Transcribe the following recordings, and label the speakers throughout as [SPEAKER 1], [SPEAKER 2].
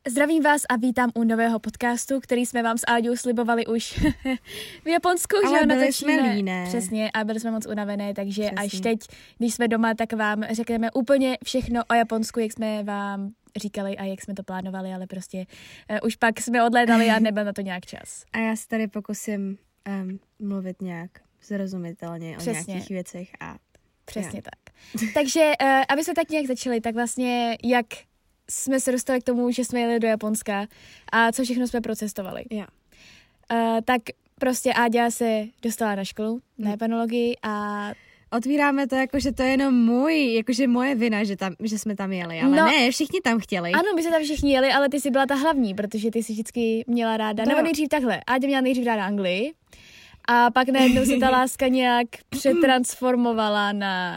[SPEAKER 1] Zdravím vás a vítám u nového podcastu, který jsme vám s Áďou slibovali už v Japonsku,
[SPEAKER 2] ale
[SPEAKER 1] že
[SPEAKER 2] byli jsme líné.
[SPEAKER 1] Přesně, a byli jsme moc unavené, takže
[SPEAKER 2] Přesně.
[SPEAKER 1] Až teď, když jsme doma, tak vám řekneme úplně všechno o Japonsku, jak jsme vám říkali a jak jsme to plánovali, ale prostě už pak jsme odlétali a nebyl na to nějak čas.
[SPEAKER 2] A já se tady pokusím mluvit nějak zrozumitelně o nějakých věcech a...
[SPEAKER 1] Přesně tak. Takže, aby jsme tak nějak začali, tak vlastně jak jsme se dostali k tomu, že jsme jeli do Japonska a co všechno jsme procestovali.
[SPEAKER 2] Yeah.
[SPEAKER 1] Tak prostě Áďa se dostala na školu, na japanologii a...
[SPEAKER 2] Otvíráme to jako, že to je jenom moje vina, že jsme tam jeli, ale ne, všichni tam chtěli.
[SPEAKER 1] Ano, my jsme tam všichni jeli, ale ty jsi byla ta hlavní, protože ty jsi vždycky měla ráda, nebo nejdřív takhle, Áďa měla nejdřív ráda Anglii a pak najednou se ta láska nějak přetransformovala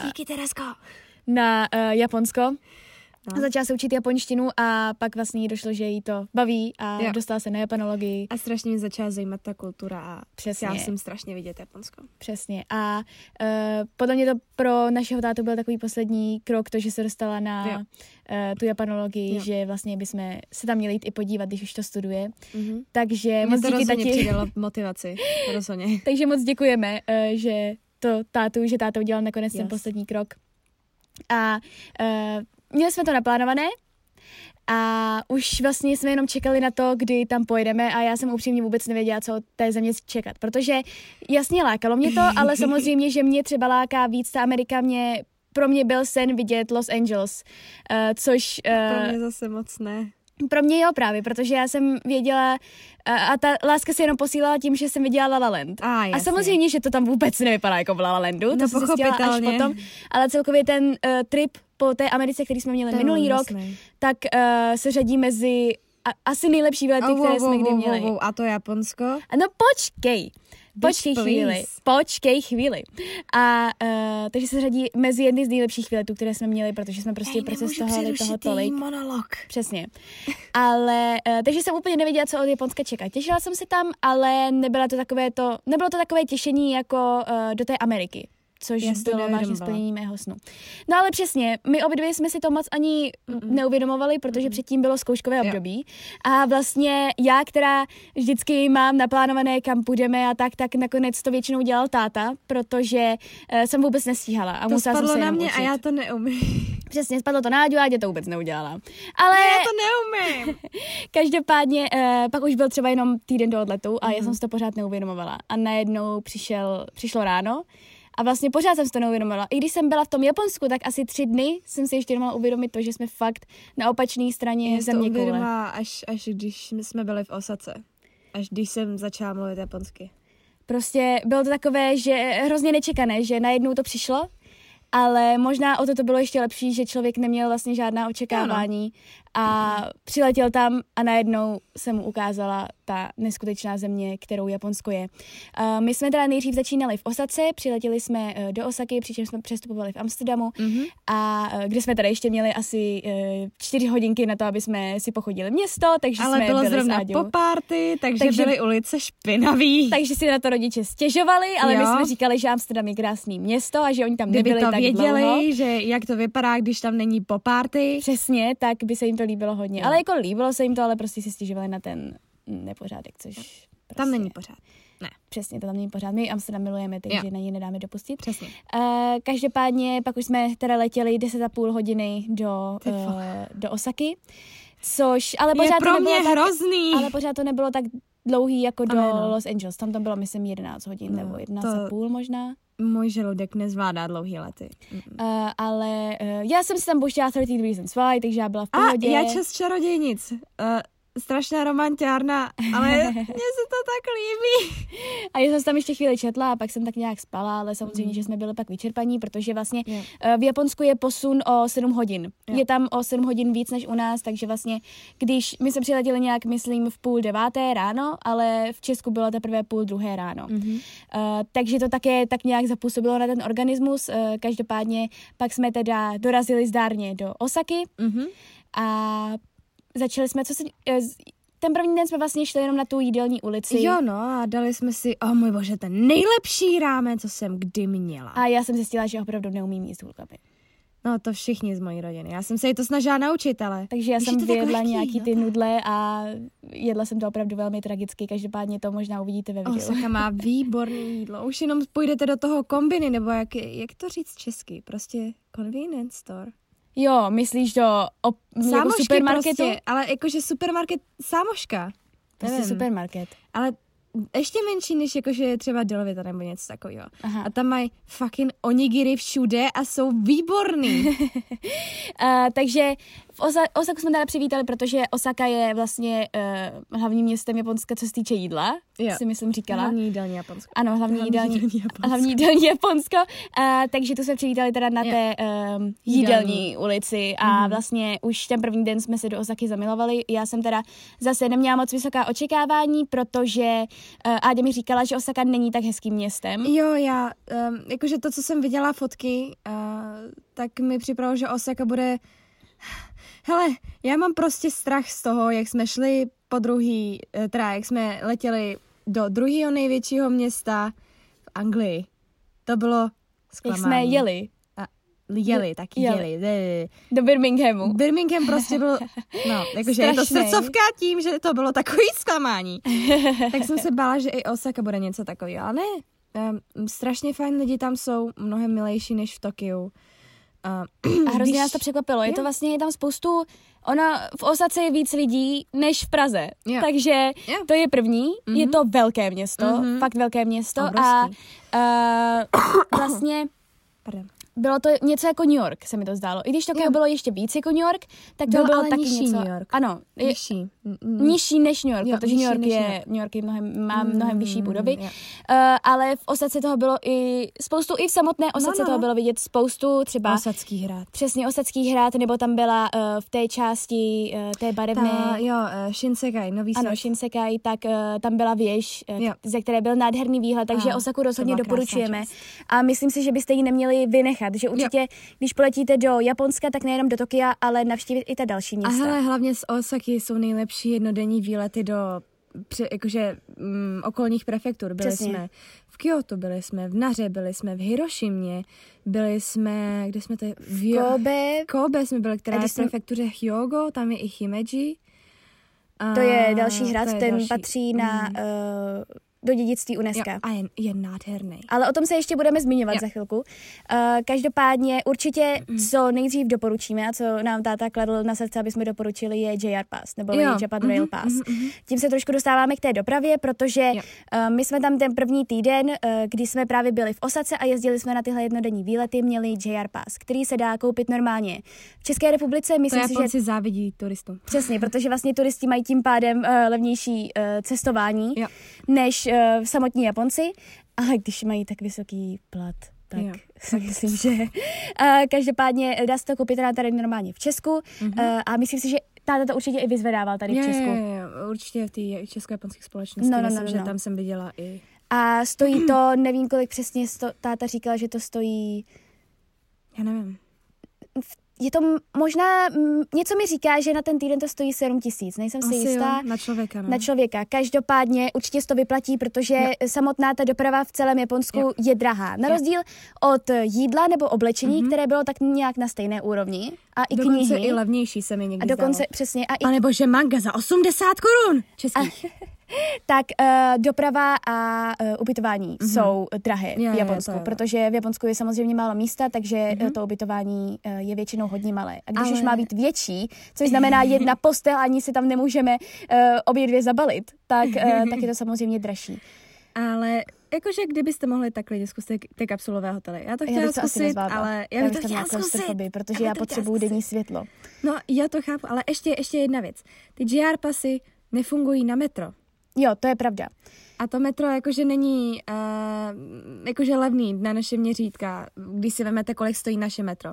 [SPEAKER 1] na Japonsko. No. Začala se učit japonštinu a pak vlastně jí došlo, že jí to baví a dostala se na japanologii.
[SPEAKER 2] A strašně mě začala zajímat ta kultura a
[SPEAKER 1] přesně.
[SPEAKER 2] Já jsem strašně vidět Japonsko.
[SPEAKER 1] Přesně. A podle mě to pro našeho tátu byl takový poslední krok, to, že se dostala na tu japanologii, že vlastně bychom se tam měli jít i podívat, když už to studuje. Mm-hmm. Takže moc díky
[SPEAKER 2] taky přidalo motivaci. Rozhodně.
[SPEAKER 1] Takže moc děkujeme, že táta udělal nakonec ten poslední krok. A měli jsme to naplánované a už vlastně jsme jenom čekali na to, kdy tam pojedeme a já jsem upřímně vůbec nevěděla, co od té země čekat, protože jasně lákalo mě to, ale samozřejmě, že mě třeba láká víc ta Amerika, pro mě byl sen vidět Los Angeles, což...
[SPEAKER 2] Pro mě zase moc ne.
[SPEAKER 1] Pro mě jo právě, protože já jsem věděla a ta láska se jenom posílala tím, že jsem viděla La La Land. A samozřejmě, že to tam vůbec nevypadá jako v La La Landu, to jsem zjistila až potom, ale celkově ten trip po té Americe, který jsme měli minulý rok, tak se řadí mezi asi nejlepší výlety, které jsme kdy měli.
[SPEAKER 2] A to Japonsko?
[SPEAKER 1] No Počkej chvíli. A takže se řadí mezi jedny z nejlepších výletů, které jsme měli, protože jsme prostě procestovali toho tolik.
[SPEAKER 2] Monolog.
[SPEAKER 1] Přesně. Ale, takže jsem úplně nevěděla, co od Japonska čekat. Těšila jsem se tam, ale nebylo to takové těšení jako do té Ameriky. Což bylo vážně splnění mého snu. No ale přesně, my obě dvě jsme si to moc ani neuvědomovali, protože předtím bylo zkouškové období. A vlastně já, která vždycky mám naplánované, kam půjdeme a tak nakonec to většinou dělal táta, protože jsem vůbec nestíhala. A
[SPEAKER 2] to
[SPEAKER 1] spadlo
[SPEAKER 2] na mě
[SPEAKER 1] učit.
[SPEAKER 2] A já to neumím.
[SPEAKER 1] Přesně, spadlo to na Áďu a Áďa to vůbec neudělala. Ale
[SPEAKER 2] já to neumím.
[SPEAKER 1] Každopádně pak už byl třeba jenom týden do odletu a já jsem si to pořád neuvědomovala. A najednou přišlo ráno. A vlastně pořád jsem si to neuvědomila. I když jsem byla v tom Japonsku, tak asi 3 dny jsem si ještě mohla uvědomit to, že jsme fakt na opačné straně země koule. Já to uvědomila,
[SPEAKER 2] až když jsme byli v Osace. Až když jsem začala mluvit japonsky.
[SPEAKER 1] Prostě bylo to takové, že hrozně nečekané, že najednou to přišlo, ale možná o to bylo ještě lepší, že člověk neměl vlastně žádná očekávání a přiletěl tam a najednou se mu ukázala ta neskutečná země, kterou Japonsko je. My jsme teda nejdřív začínali v Osace, přiletěli jsme do Osaky, přičemž jsme přestupovali v Amsterdamu a kde jsme tady ještě měli asi 4 hodinky na to, aby jsme si pochodili město, takže
[SPEAKER 2] ale
[SPEAKER 1] jsme
[SPEAKER 2] bylo
[SPEAKER 1] byli
[SPEAKER 2] zrovna po party, takže byly ulice špinavý.
[SPEAKER 1] Takže si na to rodiče stěžovali, ale my jsme říkali, že Amsterdam je krásný město a že oni tam nebyli tak
[SPEAKER 2] věděli,
[SPEAKER 1] dlouho.
[SPEAKER 2] Že jak to vypadá, když tam není po party.
[SPEAKER 1] Přesně, tak by se jim to líbilo hodně. Ale jako líbilo se jim to, ale prostě si stěžovali na ten nepořádek, což prostě...
[SPEAKER 2] Tam není pořád. Ne.
[SPEAKER 1] Přesně, to tam není pořád. My Amsterdam milujeme, takže na něj nedáme dopustit.
[SPEAKER 2] Přesně.
[SPEAKER 1] Každopádně pak už jsme teda letěli 10,5 hodiny do Osaky, což ale pořád
[SPEAKER 2] je pro mě hrozný.
[SPEAKER 1] Ale pořád to nebylo tak dlouhý jako do Los Angeles. Tam to bylo, myslím, 11 hodin nebo 11,5 možná.
[SPEAKER 2] Můj žaludek nezvládá dlouhý lety.
[SPEAKER 1] Ale já jsem si tam pouštěla 13 Reasons Why, takže já byla v pohodě.
[SPEAKER 2] A já čas čarodějnic. Strašná romantiárna, ale mně se to tak líbí.
[SPEAKER 1] A já jsem tam ještě chvíli četla a pak jsem tak nějak spala, ale samozřejmě, že jsme byli pak vyčerpaní, protože vlastně v Japonsku je posun o 7 hodin. Je tam o 7 hodin víc než u nás, takže vlastně, když my jsme přiletěli nějak, myslím, v 8:30 ráno, ale v Česku bylo teprve 8:30 ráno. Takže to také tak nějak zapůsobilo na ten organismus. Každopádně pak jsme teda dorazili zdárně do Osaky a začali jsme, ten první den jsme vlastně šli jenom na tu jídelní ulici.
[SPEAKER 2] Jo, no a dali jsme si, můj bože, ten nejlepší rámen, co jsem kdy měla.
[SPEAKER 1] A já jsem zjistila, že opravdu neumím jíst hulkami.
[SPEAKER 2] No to všichni z mojí rodiny. Já jsem se jí to snažila naučit, ale...
[SPEAKER 1] Takže já jsem vyjedla nějaký ty nudle a jedla jsem to opravdu velmi tragicky. Každopádně to možná uvidíte ve videu.
[SPEAKER 2] Osaka má výborné jídlo. Už jenom půjdete do toho kombiny, nebo jak to říct česky? Prostě convenience store.
[SPEAKER 1] Jo, myslíš jako supermarketu?
[SPEAKER 2] Prostě, ale jakože supermarket sámoška.
[SPEAKER 1] Prostě supermarket.
[SPEAKER 2] Ale ještě menší, než jakože je třeba Delovita nebo něco takového. A tam mají fucking onigiri všude a jsou výborný.
[SPEAKER 1] Takže v Osaku jsme teda přivítali, protože Osaka je vlastně hlavním městem Japonska, co se týče jídla, si myslím říkala.
[SPEAKER 2] Hlavní jídelní Japonsko.
[SPEAKER 1] Ano, hlavní jídelní Japonsko. Takže tu jsme přivítali teda na té jídelní ulici a vlastně už ten první den jsme se do Osaky zamilovali. Já jsem teda zase neměla moc vysoká očekávání, protože Áďa mi říkala, že Osaka není tak hezkým městem.
[SPEAKER 2] Jo, já, jakože to, co jsem viděla fotky, tak mi připravilo, že Osaka bude... Hele, já mám prostě strach z toho, jak jsme šli po druhý, teda jak jsme letěli do druhého největšího města v Anglii. To bylo zklamání.
[SPEAKER 1] Jak jsme jeli.
[SPEAKER 2] Jeli.
[SPEAKER 1] Do Birminghamu.
[SPEAKER 2] Birmingham prostě byl, no, jakože je to srdcovka tím, že to bylo takový zklamání. Tak jsem se bála, že i Osaka bude něco takového, ale ne. Strašně fajn lidi tam jsou, mnohem milejší než v Tokiu.
[SPEAKER 1] A hrozně nás to překvapilo. Je to vlastně, je tam spoustu, v Osace je víc lidí než v Praze. Takže to je první. Je to velké město, fakt velké město. Obrovský. A vlastně... Bylo to něco jako New York, se mi to zdálo. I když Tokio bylo ještě víc jako New York, tak to bylo taky něco...
[SPEAKER 2] New York.
[SPEAKER 1] Ano. Nižší než New York, protože New York je má mnohem vyšší budovy. Ale v Osace toho bylo i v samotné Osace toho bylo vidět spoustu třeba...
[SPEAKER 2] Osacký hrad.
[SPEAKER 1] Přesně, Osacký hrad, nebo tam byla v té části té barevné...
[SPEAKER 2] Shinsekai, nový svět.
[SPEAKER 1] Ano, Shinsekai, tak tam byla věž, ze které byl nádherný výhled, takže Osaku rozhodně doporučujeme. A myslím si, že byste ji neměli vynechat, že určitě, když poletíte do Japonska, tak nejenom do Tokia, ale navštívit i ta další města.
[SPEAKER 2] A hele, hlavně z Osaky jsou nejlepší jednodenní výlety do okolních prefektur. Byli jsme v Kyoto, byli jsme v Naře, byli jsme v Hirošimě, byli jsme, kde jsme to v Kobe jsme byli, která je v prefektuře Hyogo, tam je i Himeji.
[SPEAKER 1] To je další hrad, patří na... do dědictví UNESCO.
[SPEAKER 2] A je nádherný.
[SPEAKER 1] Ale o tom se ještě budeme zmiňovat za chvilku. Každopádně určitě, co nejdřív doporučíme a co nám táta kladl na srdce, aby jsme doporučili, je JR Pass, nebo Japan Rail Pass. Tím se trošku dostáváme k té dopravě, protože my jsme tam ten první týden, kdy jsme právě byli v Osace a jezdili jsme na tyhle jednodenní výlety, měli JR Pass, který se dá koupit normálně v České republice. Myslím si,
[SPEAKER 2] že závidí turistům.
[SPEAKER 1] Přesně, protože vlastně turisti mají tím pádem levnější cestování než samotní Japonci, ale když mají tak vysoký plat, tak si myslím, že každopádně dá se to koupit tady normálně v Česku a myslím si, že táta to určitě i vyzvedával tady v Česku.
[SPEAKER 2] Určitě v té česko-japonské společnosti, myslím, že tam jsem viděla i...
[SPEAKER 1] A stojí to, nevím kolik přesně, táta říkala, že to stojí...
[SPEAKER 2] Já nevím.
[SPEAKER 1] Je to možná, něco mi říká, že na ten týden to stojí 7 000, nejsem si jistá.
[SPEAKER 2] Na člověka, no.
[SPEAKER 1] Na člověka. Každopádně určitě to vyplatí, protože samotná ta doprava v celém Japonsku je drahá. Na rozdíl od jídla nebo oblečení, které bylo tak nějak na stejné úrovni. A i knihy.
[SPEAKER 2] Dokonce i levnější se mi někdy
[SPEAKER 1] zdálo. A dokonce, přesně.
[SPEAKER 2] A nebo že manga za 80 korun českých.
[SPEAKER 1] Tak doprava a ubytování jsou drahé v Japonsku, protože v Japonsku je samozřejmě málo místa, takže to ubytování je většinou hodně malé. A když už má být větší, což znamená jedna postel, ani si tam nemůžeme obě dvě zabalit, tak je to samozřejmě dražší.
[SPEAKER 2] Ale jakože kdybyste mohli tak lidi zkusit ty kapsulové hotely. Já to chtěla zkusit, ale já bych to chtěla zkusit.
[SPEAKER 1] Protože já potřebuju denní světlo.
[SPEAKER 2] No, já to chápu, ale ještě jedna věc. Ty JR pasy nefungují na metro.
[SPEAKER 1] Jo, to je pravda.
[SPEAKER 2] A to metro jakože není jakože levný na naše měřítka, když si vemete, kolik stojí naše metro.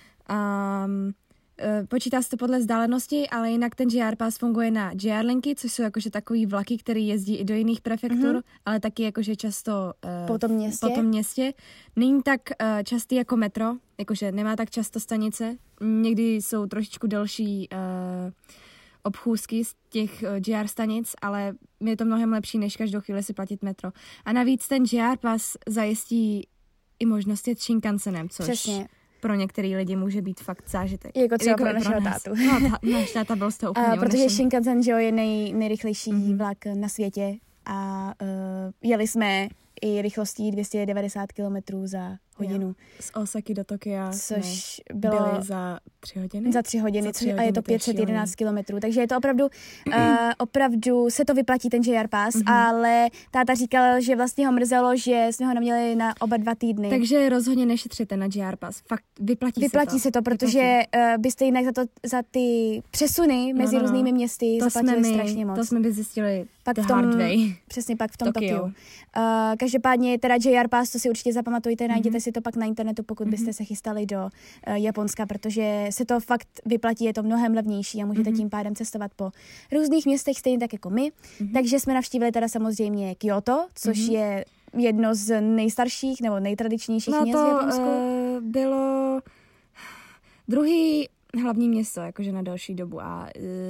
[SPEAKER 2] Počítá se to podle vzdálenosti, ale jinak ten JR Pass funguje na JR linky, což jsou jakože takový vlaky, které jezdí i do jiných prefektur, ale taky jakože často
[SPEAKER 1] po tom městě.
[SPEAKER 2] Není tak častý jako metro, jakože nemá tak často stanice, někdy jsou trošičku delší obchůzky z těch JR stanic, ale je to mnohem lepší, než každou chvíli si platit metro. A navíc ten JR Pass zajistí i možnost jet Shinkansenem, což pro některý lidi může být fakt zážitek.
[SPEAKER 1] Jako třeba pro našeho tátu.
[SPEAKER 2] No, náš táta byl z toho úplně
[SPEAKER 1] protože Shinkansen, že jo, je nejrychlejší vlak na světě a jeli jsme i rychlostí 290 km za hodinu.
[SPEAKER 2] Jo. Z Osaky do Tokia
[SPEAKER 1] což bylo
[SPEAKER 2] za 3 hodiny.
[SPEAKER 1] Za 3 hodiny, a je to 511 km. Takže je to opravdu se to vyplatí ten JR Pass, ale táta říkal, že vlastně ho mrzelo, že jsme ho neměli na oba 2 týdny.
[SPEAKER 2] Takže rozhodně nešetřete na JR Pass. Fakt vyplatí se to,
[SPEAKER 1] protože byste jinak za ty přesuny mezi různými městy zaplatili strašně moc.
[SPEAKER 2] To jsme by zjistili
[SPEAKER 1] pak přesně pak v tom Tokiu. Každopádně teda JR Pass, to si určitě zapamatujte, najděte si to pak na internetu, pokud byste se chystali do Japonska, protože se to fakt vyplatí, je to mnohem levnější a můžete tím pádem cestovat po různých městech, stejně tak jako my. Takže jsme navštívili teda samozřejmě Kyoto, což je jedno z nejstarších nebo nejtradičnějších měst v Japonsku.
[SPEAKER 2] Bylo druhý hlavní město, jakože na další dobu a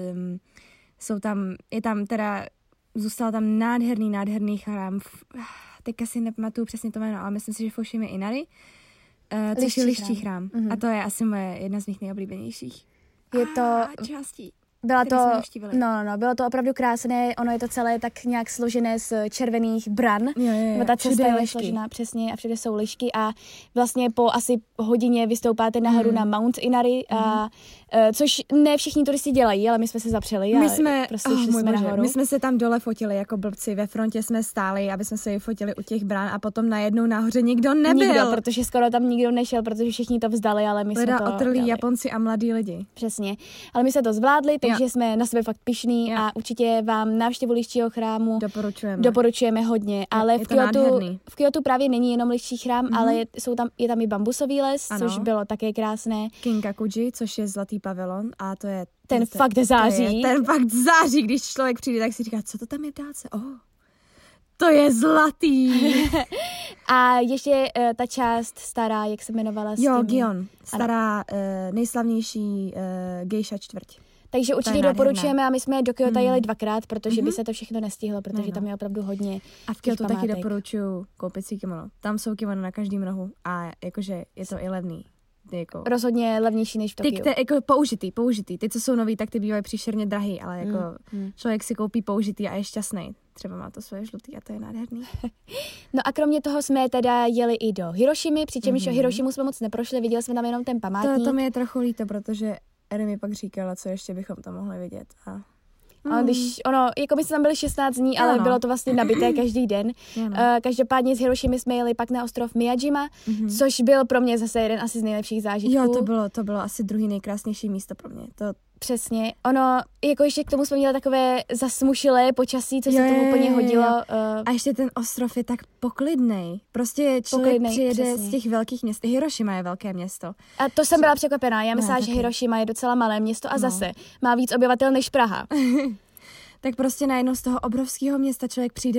[SPEAKER 2] zůstal tam nádherný chrám. Teďka si nepamatuju přesně to jméno, ale myslím si, že Fushimi Inari, což je liščí chrám. A to je asi jedna z mých nejoblíbenějších částí.
[SPEAKER 1] Bylo to opravdu krásné, ono je to celé tak nějak složené z červených bran. Ta cesta je složená přesně a všude jsou lišky a vlastně po asi hodině vystoupáte nahoru na Mount Inari, což ne všichni turisti dělají, ale my jsme se zapřeli a šli jsme nahoru.
[SPEAKER 2] My jsme se tam dole fotili jako blbci, ve frontě jsme stáli, aby jsme se fotili u těch brán a potom najednou nahoře nikdo nebyl.
[SPEAKER 1] Protože skoro tam nikdo nešel, protože všichni to vzdali, ale my jsme to
[SPEAKER 2] otrlí Japonci a mladí lidi.
[SPEAKER 1] Přesně, ale my jsme to zvládli, takže jsme na sebe fakt pyšní a určitě vám návštěvu liščího chrámu doporučujeme hodně, ale v Kyotu právě není jenom liščí chrám, ale je tam i bambusový les, což bylo také krásné.
[SPEAKER 2] Kinkakuji, což je zlatý pavilon a to je
[SPEAKER 1] ten fakt září.
[SPEAKER 2] Ten fakt září, když člověk přijde, tak si říká, co to tam je v dálce? To je zlatý.
[SPEAKER 1] A ještě ta část stará, jak se jmenovala?
[SPEAKER 2] Gion. Stará, nejslavnější geisha čtvrť.
[SPEAKER 1] Takže určitě doporučujeme a my jsme do Kyoto jeli 2krát, protože by se to všechno nestihlo, protože tam je opravdu hodně. A v Kyoto
[SPEAKER 2] taky doporučuju koupit si kimono. Tam jsou kimono na každém rohu a jakože je to i levný.
[SPEAKER 1] Rozhodně levnější než v Tokiu.
[SPEAKER 2] Jako použitý. Ty, co jsou nový, tak ty bývají příšerně drahý, ale jako člověk si koupí použitý a je šťastný. Třeba má to svoje žlutý a to je nádherný.
[SPEAKER 1] No a kromě toho jsme teda jeli i do Hirošimy, přičemž Hirošimu jsme moc neprošli, viděli jsme tam jenom ten památník.
[SPEAKER 2] To mi je trochu líto, protože Eri mi pak říkala, co ještě bychom tam mohli vidět.
[SPEAKER 1] A jako my jsme tam byli 16 dní, ale bylo to vlastně nabité každý den. Každopádně z Hirošimy jsme jeli pak na ostrov Miyajima, což byl pro mě zase jeden asi z nejlepších zážitků.
[SPEAKER 2] Jo, to bylo asi druhý nejkrásnější místo pro mě.
[SPEAKER 1] Přesně. Jako ještě k tomu jsme měli takové zasmušilé počasí, co se tomu úplně hodilo.
[SPEAKER 2] A ještě ten ostrov je tak poklidnej. Prostě člověk přijede z těch velkých měst. Hirošima je velké město.
[SPEAKER 1] A to jsem byla překvapená. Já myslela, že Hirošima je docela malé město a zase má víc obyvatel než Praha.
[SPEAKER 2] Tak prostě najednou z toho obrovského města člověk přijde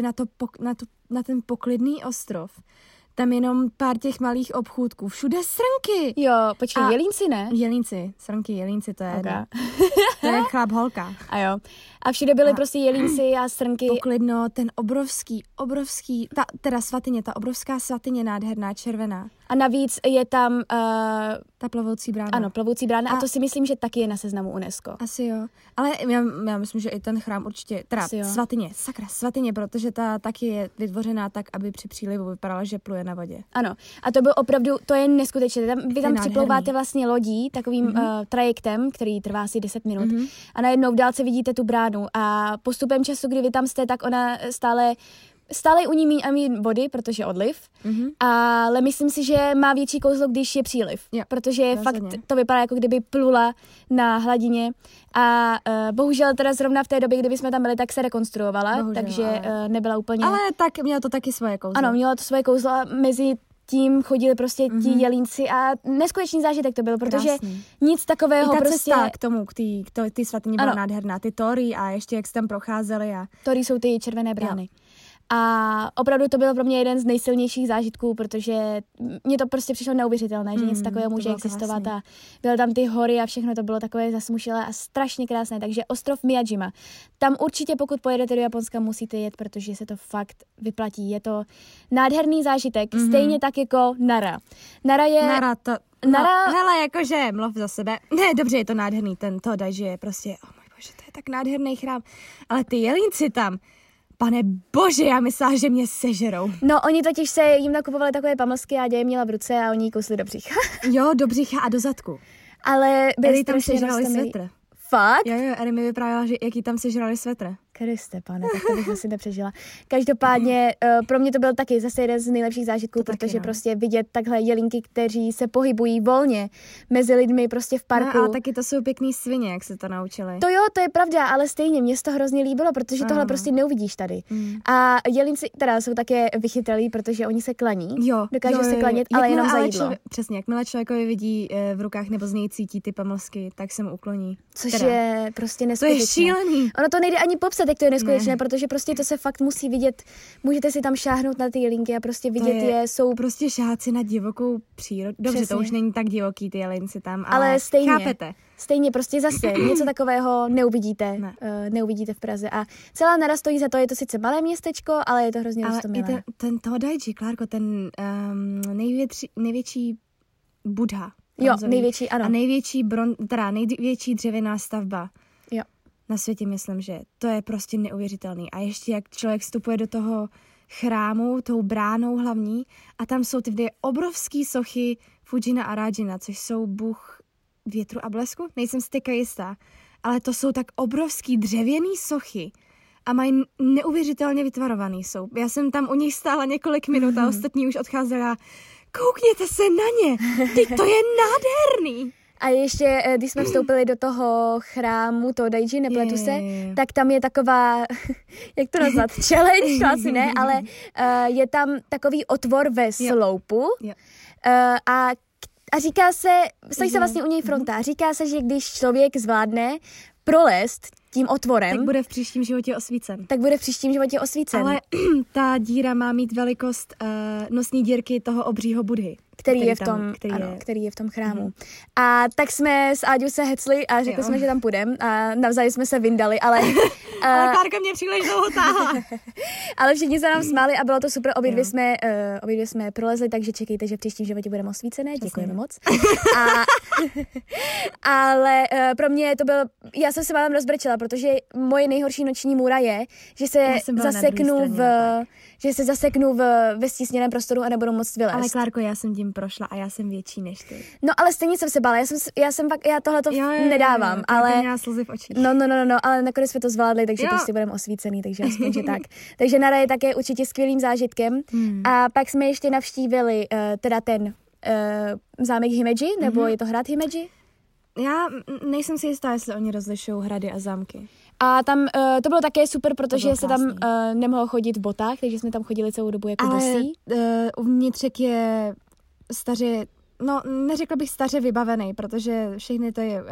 [SPEAKER 2] na ten poklidný ostrov. Tam jenom pár těch malých obchůdků. Všude srnky.
[SPEAKER 1] Jo, počkej, jelínci ne?
[SPEAKER 2] Jelínci, to je to je chlap, holka.
[SPEAKER 1] A jo. A všude byly prostě jelínci a srnky.
[SPEAKER 2] Poklidno, ten obrovský, ta obrovská svatyně nádherná, červená.
[SPEAKER 1] A navíc je tam
[SPEAKER 2] ta plovoucí brána.
[SPEAKER 1] Ano, plovoucí brána a to si myslím, že taky je na seznamu UNESCO.
[SPEAKER 2] Asi jo. Ale já myslím, že i ten chrám určitě, svatyně, protože ta taky je vytvořená tak, aby při přílivu vypadala, že pluje na vodě.
[SPEAKER 1] Ano. A to byl opravdu, to je neskutečné. Vy tam připlouváte vlastně lodí takovým trajektem, který trvá asi 10 minut. A najednou v dálce vidíte tu bránu a postupem času, kdy vy tam jste, tak ona stále je u ní míň a míň vody, protože je odliv, ale myslím si, že má větší kouzlo, když je příliv, protože fakt to vypadá, jako kdyby plula na hladině a bohužel teda zrovna v té době, kdyby jsme tam byli, tak se rekonstruovala, takže nebyla úplně...
[SPEAKER 2] Ale tak mělo to taky svoje kouzlo.
[SPEAKER 1] Ano, mělo to svoje kouzlo a mezi tím chodili prostě ti jelínci a neskutečný zážitek to byl, protože nic takového
[SPEAKER 2] i ta
[SPEAKER 1] prostě...
[SPEAKER 2] cesta k té svatyni byla nádherná, ty tory a ještě jak se tam procházeli a...
[SPEAKER 1] Tory jsou ty červené brány. Jo. A opravdu to byl pro mě jeden z nejsilnějších zážitků, protože mně to prostě přišlo neuvěřitelné, že něco takového může existovat krásný. A byly tam ty hory a všechno to bylo takové zasmušilé a strašně krásné, takže ostrov Miyajima. Tam určitě, pokud pojedete do Japonska, musíte jet, protože se to fakt vyplatí. Je to nádherný zážitek, stejně tak jako Nara.
[SPEAKER 2] Hele, jakože, mluv za sebe. Ne, dobře, je to nádherný, to Daiji je prostě, oh můj bože, to je tak nádherný chrám. Ale ty jelínci tam, pane bože, já myslela, že mě sežerou.
[SPEAKER 1] No, oni totiž se jim nakupovali takové pamlsky a děje měla v ruce a oni ji kousli do břicha.
[SPEAKER 2] Jo, do břicha a do zadku.
[SPEAKER 1] Ale byli
[SPEAKER 2] tam sežrali svetr.
[SPEAKER 1] Fakt?
[SPEAKER 2] Jo, Eri mi vyprávěla, že jaký tam sežrali svetr.
[SPEAKER 1] Kriste, pane, tak to bych asi nepřežila. Každopádně pro mě to byl taky zase jeden z nejlepších zážitků, protože prostě vidět takhle jelínky, kteří se pohybují volně mezi lidmi prostě v parku.
[SPEAKER 2] No a taky to jsou pěkný svině, jak se to naučili.
[SPEAKER 1] To jo, to je pravda, ale stejně mě to hrozně líbilo, protože tohle prostě neuvidíš tady. A jelínci teda jsou také vychytralí, protože oni se klaní. Dokážou se klanět, ale jenom za jídlo.
[SPEAKER 2] Přesně, jakmile člověkovi vidí v rukách nebo z něj cítí ty pamlsky, tak se mu ukloní.
[SPEAKER 1] Což je prostě neskutečné.
[SPEAKER 2] To je šílený.
[SPEAKER 1] Ono to nejde ani popsat, jak to je neskutečné, protože prostě to se fakt musí vidět. Můžete si tam šáhnout na ty jelínky a prostě vidět jsou
[SPEAKER 2] prostě šáhat si na divokou přírodu. Dobře, přesně. To už není tak divoký ty jelínci tam, ale stejně, chápete.
[SPEAKER 1] Stejně prostě zase něco takového neuvidíte. Neuvidíte v Praze. A celá Nara stojí za to, je to sice malé městečko, ale je to hrozně roztomilé.
[SPEAKER 2] Ale ten toho Daiji, Klárko, ten největší Buddha.
[SPEAKER 1] Jo, největší, ano.
[SPEAKER 2] A největší dřevěná stavba.
[SPEAKER 1] Jo.
[SPEAKER 2] Na světě myslím, že to je prostě neuvěřitelný. A ještě jak člověk vstupuje do toho chrámu, tou bránou hlavní, a tam jsou ty dvě obrovský sochy Fujina a Rajina, což jsou bůh větru a blesku. Nejsem si teďka jistá, ale to jsou tak obrovský dřevěný sochy a mají neuvěřitelně vytvarovaný jsou. Já jsem tam u nich stála několik minut a ostatní už odcházela. Koukněte se na ně, teď to je nádherný.
[SPEAKER 1] A ještě, když jsme vstoupili do toho chrámu, toho Daiji, nepletu se, tak tam je taková, jak to nazvat, challenge, to asi ne, ale je tam takový otvor ve sloupu a říká se, stojí se vlastně u něj fronta, říká se, že když člověk zvládne prolézt tím otvorem,
[SPEAKER 2] tak bude v příštím životě osvícen. Ale ta díra má mít velikost nosní dírky toho obřího Budhy.
[SPEAKER 1] Který je v tom chrámu. A tak jsme s Áďou se hecli a řekli jsme, že tam půjdeme a navzájem jsme se vyndali, ale...
[SPEAKER 2] ale Klárka mě příliš dlouho táhla.
[SPEAKER 1] Ale všichni se nám smáli a bylo to super, obě dvě jsme prolezli, takže čekejte, že v příštím životě budeme osvícené, děkujeme moc. Ale pro mě to byl, já jsem se málem rozbrečela, protože moje nejhorší noční můra je, že se zaseknu ve stísněném prostoru a nebudu moc vylézt.
[SPEAKER 2] Ale Klárko, já jsem tím prošla a já jsem větší než ty.
[SPEAKER 1] No, ale stejně jsem se bála, já tohleto nedávám, ale...
[SPEAKER 2] Já slzy v očích.
[SPEAKER 1] No, ale nakonec jsme to zvládli, takže prostě budeme osvícený, takže aspoň, že tak. Takže Nara je také určitě skvělým zážitkem. A pak jsme ještě navštívili teda ten zámek Himeji, nebo je to hrad Himeji?
[SPEAKER 2] Já nejsem si jistá, jestli oni rozlišují hrady a zámky.
[SPEAKER 1] A tam to bylo také super, protože se tam nemohlo chodit v botách, takže jsme tam chodili celou dobu jako bosí.
[SPEAKER 2] Ale uvnitřek je staře, no neřekla bych staře vybavený, protože všechny to je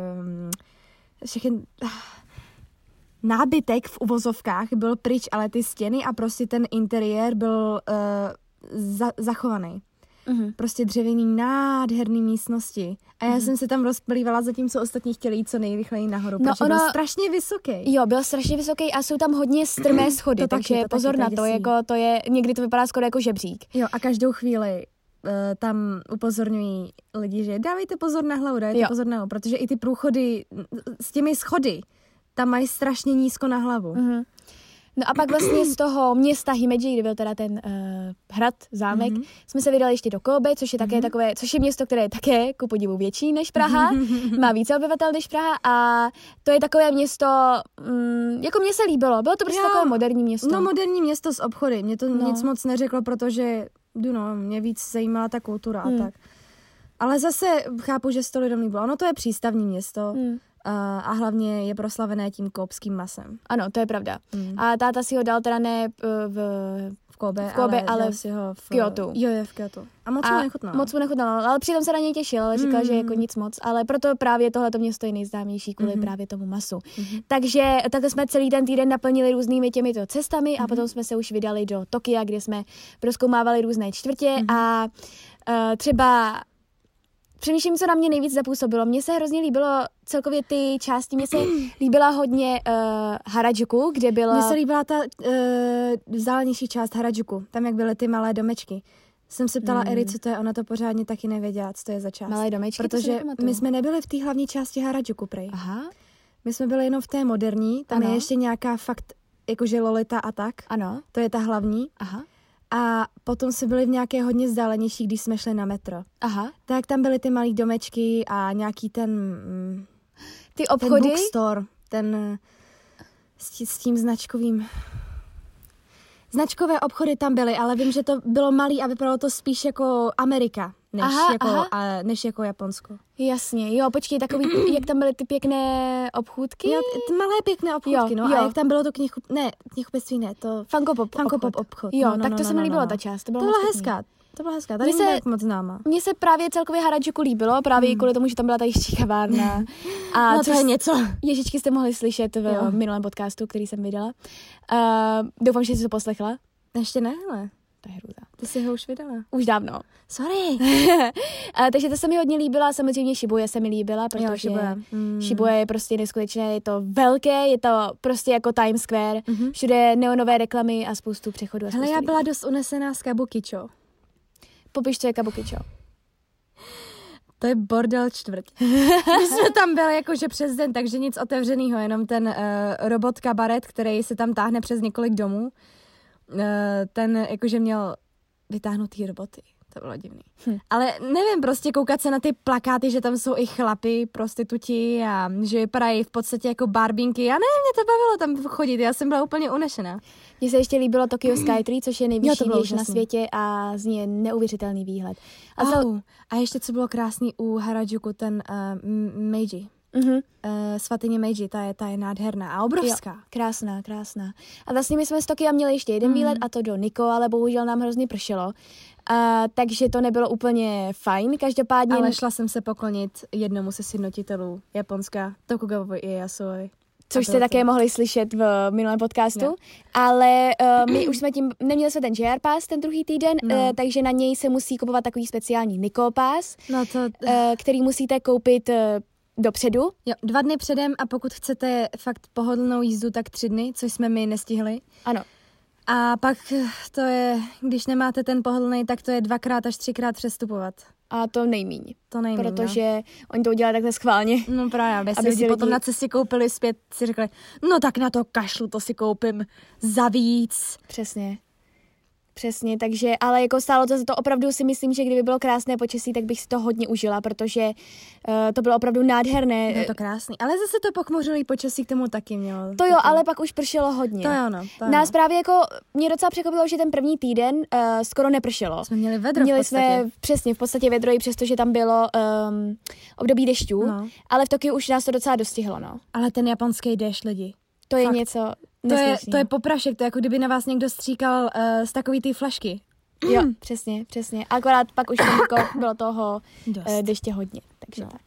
[SPEAKER 2] nábytek v uvozovkách byl pryč, ale ty stěny a prostě ten interiér byl zachovaný. Prostě dřevěný, nádherný místnosti. A já jsem se tam rozplývala, zatímco ostatní chtěli jít co nejrychleji nahoru, protože byl strašně vysoký. Jo, byl strašně vysoký a jsou tam hodně strmé schody, takže pozor na to, jako to je, někdy to vypadá skoro jako žebřík. Jo, a každou chvíli tam upozorňují lidi, že dávejte pozor na hlavu, pozor na hlavu, protože i ty průchody s těmi schody tam mají strašně nízko na hlavu.
[SPEAKER 1] No a pak vlastně z toho města Himeji, kde byl teda ten hrad, zámek, jsme se vydali ještě do Kobe, což je také takové, což je město, které je také ku podivu větší než Praha, má více obyvatel než Praha a to je takové město, jako mně se líbilo, bylo to prostě takové moderní město.
[SPEAKER 2] No moderní město s obchody, mě to nic moc neřeklo, protože mě víc zajímala ta kultura a tak. Ale zase chápu, že se to lidem líbilo. Ono to je přístavní město. A hlavně je proslavené tím koupským masem.
[SPEAKER 1] Ano, to je pravda. A táta si ho dal teda ne v Kobe, ale
[SPEAKER 2] si ho v
[SPEAKER 1] Kyotu.
[SPEAKER 2] Jo, v Kyotu. A moc mu nechutnalo.
[SPEAKER 1] Ale přitom se na něj těšil, ale říkal, že jako nic moc. Ale proto právě tohleto město je nejznámější kvůli právě tomu masu. Takže takhle jsme celý ten týden naplnili různými těmito cestami a potom jsme se už vydali do Tokia, kde jsme prozkoumávali různé čtvrtě a třeba přemýšlím, co na mě nejvíc zapůsobilo. Mně se hrozně líbilo celkově ty části, mně se líbila hodně Harajuku, kde byla...
[SPEAKER 2] Mně se líbila ta vzdálenější část Harajuku, tam jak byly ty malé domečky. jsem se ptala Eri, co to je, ona to pořádně taky nevěděla, co to je za část.
[SPEAKER 1] Malé domečky,
[SPEAKER 2] protože my jsme nebyli v té hlavní části Harajuku prej.
[SPEAKER 1] Aha.
[SPEAKER 2] My jsme byli jenom v té moderní, tam je ještě nějaká fakt, jakože Lolita a tak.
[SPEAKER 1] Ano.
[SPEAKER 2] To je ta hlavní.
[SPEAKER 1] Aha.
[SPEAKER 2] A potom jsme byli v nějaké hodně vzdálenější, když jsme šli na metro.
[SPEAKER 1] Aha.
[SPEAKER 2] Tak tam byly ty malý domečky a nějaký
[SPEAKER 1] ty obchody?
[SPEAKER 2] Ten bookstore, s tím značkovým. Značkové obchody tam byly, ale vím, že to bylo malý a vypadalo to spíš jako Amerika, než jako Japonsko.
[SPEAKER 1] Jasně, jo, počkej, takový, jak tam byly ty pěkné obchůdky?
[SPEAKER 2] Jo, ty malé pěkné obchůdky,
[SPEAKER 1] jo.
[SPEAKER 2] A jak tam bylo to knihkupectví, to
[SPEAKER 1] Funko Pop
[SPEAKER 2] obchod.
[SPEAKER 1] Jo, tak to se mi líbilo ta část, to byla
[SPEAKER 2] hezká. To byla hezká, tady není moc známa.
[SPEAKER 1] Mně se právě celkově Harajuku líbilo, právě kvůli tomu, že tam byla ta ještě kavárna.
[SPEAKER 2] A no to je něco.
[SPEAKER 1] Ježičky jste mohli slyšet v minulém podcastu, který jsem vydala. Doufám, že jsi to poslechla.
[SPEAKER 2] Ještě ne, ale.
[SPEAKER 1] To je hrůza.
[SPEAKER 2] Ty jsi ho už vydala.
[SPEAKER 1] Už dávno.
[SPEAKER 2] Sorry.
[SPEAKER 1] Takže to se mi hodně líbila, samozřejmě Shibuya se mi líbila, protože Shibuya je prostě neskutečné, je to velké, je to prostě jako Times Square, všude neonové reklamy a spoustu přechodů.
[SPEAKER 2] Hele, já byla dost unesená z Kabukicho.
[SPEAKER 1] Popiš, co je Kabukicho.
[SPEAKER 2] To je bordel čtvrť. My jsme tam byli jakože přes den, takže nic otevřenýho, jenom ten robot kabaret, který se tam táhne přes několik domů. Ten jakože měl vytáhnutý roboty. To bylo divný. Ale nevím, prostě koukat se na ty plakáty, že tam jsou i chlapy, prostituti a že vypadají v podstatě jako barbínky. Já nevím, mě to bavilo tam chodit, já jsem byla úplně unešená.
[SPEAKER 1] Mně se ještě líbilo Tokyo Skytree, což je nejvyšší věž na světě a z ní je neuvěřitelný výhled.
[SPEAKER 2] A ještě co bylo krásný u Harajuku, ten Meiji. Svatyně Meiji, ta je nádherná a obrovská.
[SPEAKER 1] Jo, krásná. A vlastně my jsme z Tokia měli ještě jeden výlet a to do Nikko, ale bohužel nám hrozně pršelo. Takže to nebylo úplně fajn, každopádně...
[SPEAKER 2] Ale šla jsem se poklonit jednomu ze sjednotitelů Japonska, Tokugawa Ieyasuovi.
[SPEAKER 1] Což jste také mohli slyšet v minulém podcastu, ale my už jsme tím, neměli jsme ten JR Pass ten druhý týden, takže na něj se musí kupovat takový speciální Nikko Pass, který musíte koupit dopředu.
[SPEAKER 2] Jo, 2 dny předem a pokud chcete fakt pohodlnou jízdu, tak 3 dny, což jsme my nestihli.
[SPEAKER 1] Ano.
[SPEAKER 2] A pak to je, když nemáte ten pohodlný, tak to je 2x až 3x přestupovat.
[SPEAKER 1] A to nejmíň. Protože oni to udělali takhle schválně.
[SPEAKER 2] No právě, aby si potom na cestě koupili zpět, si řekli, no tak na to kašlu, to si koupím za víc. Přesně, takže, ale jako stálo to za to, opravdu si myslím, že kdyby bylo krásné počasí, tak bych si to hodně užila, protože to bylo opravdu nádherné. Je to krásný, ale zase to pochmuřilý počasí k tomu taky mělo.
[SPEAKER 1] To jo, ale pak už pršelo hodně.
[SPEAKER 2] To jo, no.
[SPEAKER 1] Nás právě jako, mě docela překvapilo, že ten první týden skoro nepršelo.
[SPEAKER 2] Jsme měli vedro v podstatě.
[SPEAKER 1] Přesně, v podstatě vedro, i přestože tam bylo období dešťů, ale v Tokiu už nás to docela dostihlo, no.
[SPEAKER 2] Ale ten japonský déšť, lidi.
[SPEAKER 1] To je něco
[SPEAKER 2] to je poprašek, to je jako kdyby na vás někdo stříkal z takový ty flašky.
[SPEAKER 1] Jo, přesně. Akorát pak už bylo toho deště hodně, takže tak.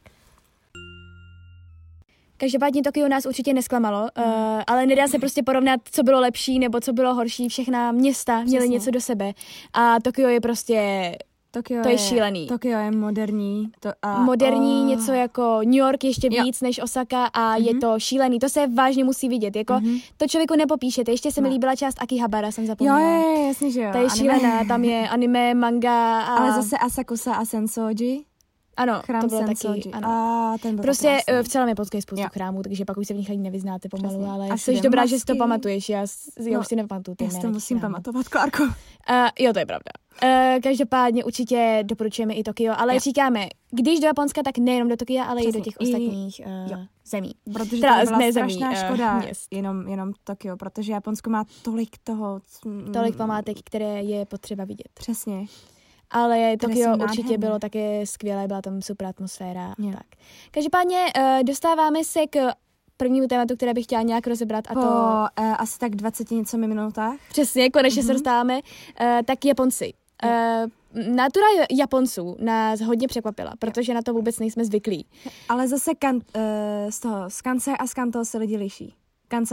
[SPEAKER 1] Každopádně Tokio nás určitě nesklamalo, ale nedá se prostě porovnat, co bylo lepší nebo co bylo horší. Všechna města měly něco do sebe a Tokio je prostě... To je šílený.
[SPEAKER 2] Tokio je moderní.
[SPEAKER 1] Moderní, něco jako New York ještě víc než Osaka a je to šílený. To se vážně musí vidět. Jako to člověku nepopíšete. Ještě se mi líbila část Akihabara, jsem zapomněla.
[SPEAKER 2] Jo, jasně, že jo.
[SPEAKER 1] Ta je šílená, tam je anime, manga a...
[SPEAKER 2] Ale zase Asakusa a Sensoji.
[SPEAKER 1] Ano,
[SPEAKER 2] Chrám
[SPEAKER 1] to bylo
[SPEAKER 2] Sensoji.
[SPEAKER 1] taky, ano.
[SPEAKER 2] Ten byl
[SPEAKER 1] prostě v celém Japonské je spoustu chrámů, takže pak už se v nich ani nevyznáte pomalu,
[SPEAKER 2] přesně.
[SPEAKER 1] ale jsi dobrá, že si to pamatuješ, já už si nepamatuju.
[SPEAKER 2] Já si to musím pamatovat, Klárko.
[SPEAKER 1] Jo, to je pravda. Každopádně určitě doporučujeme i Tokio, ale říkáme, když do Japonska, tak nejenom do Tokia, ale i do těch ostatních zemí.
[SPEAKER 2] Protože to byla strašná škoda, jenom Tokio, protože Japonsko má tolik toho...
[SPEAKER 1] Tolik památek, které je potřeba vidět.
[SPEAKER 2] Přesně.
[SPEAKER 1] Ale Tokio určitě bylo také skvělé, byla tam super atmosféra. Tak. Každopádně dostáváme se k prvnímu tématu, které bych chtěla nějak rozebrat. A
[SPEAKER 2] po asi tak 20 něco minutách.
[SPEAKER 1] Přesně, konečně se dostáváme. Tak Japonci. Natura Japonců nás hodně překvapila, protože na to vůbec nejsme zvyklí.
[SPEAKER 2] Ale zase z Kansai a z Kanto se lidi liší. Kansai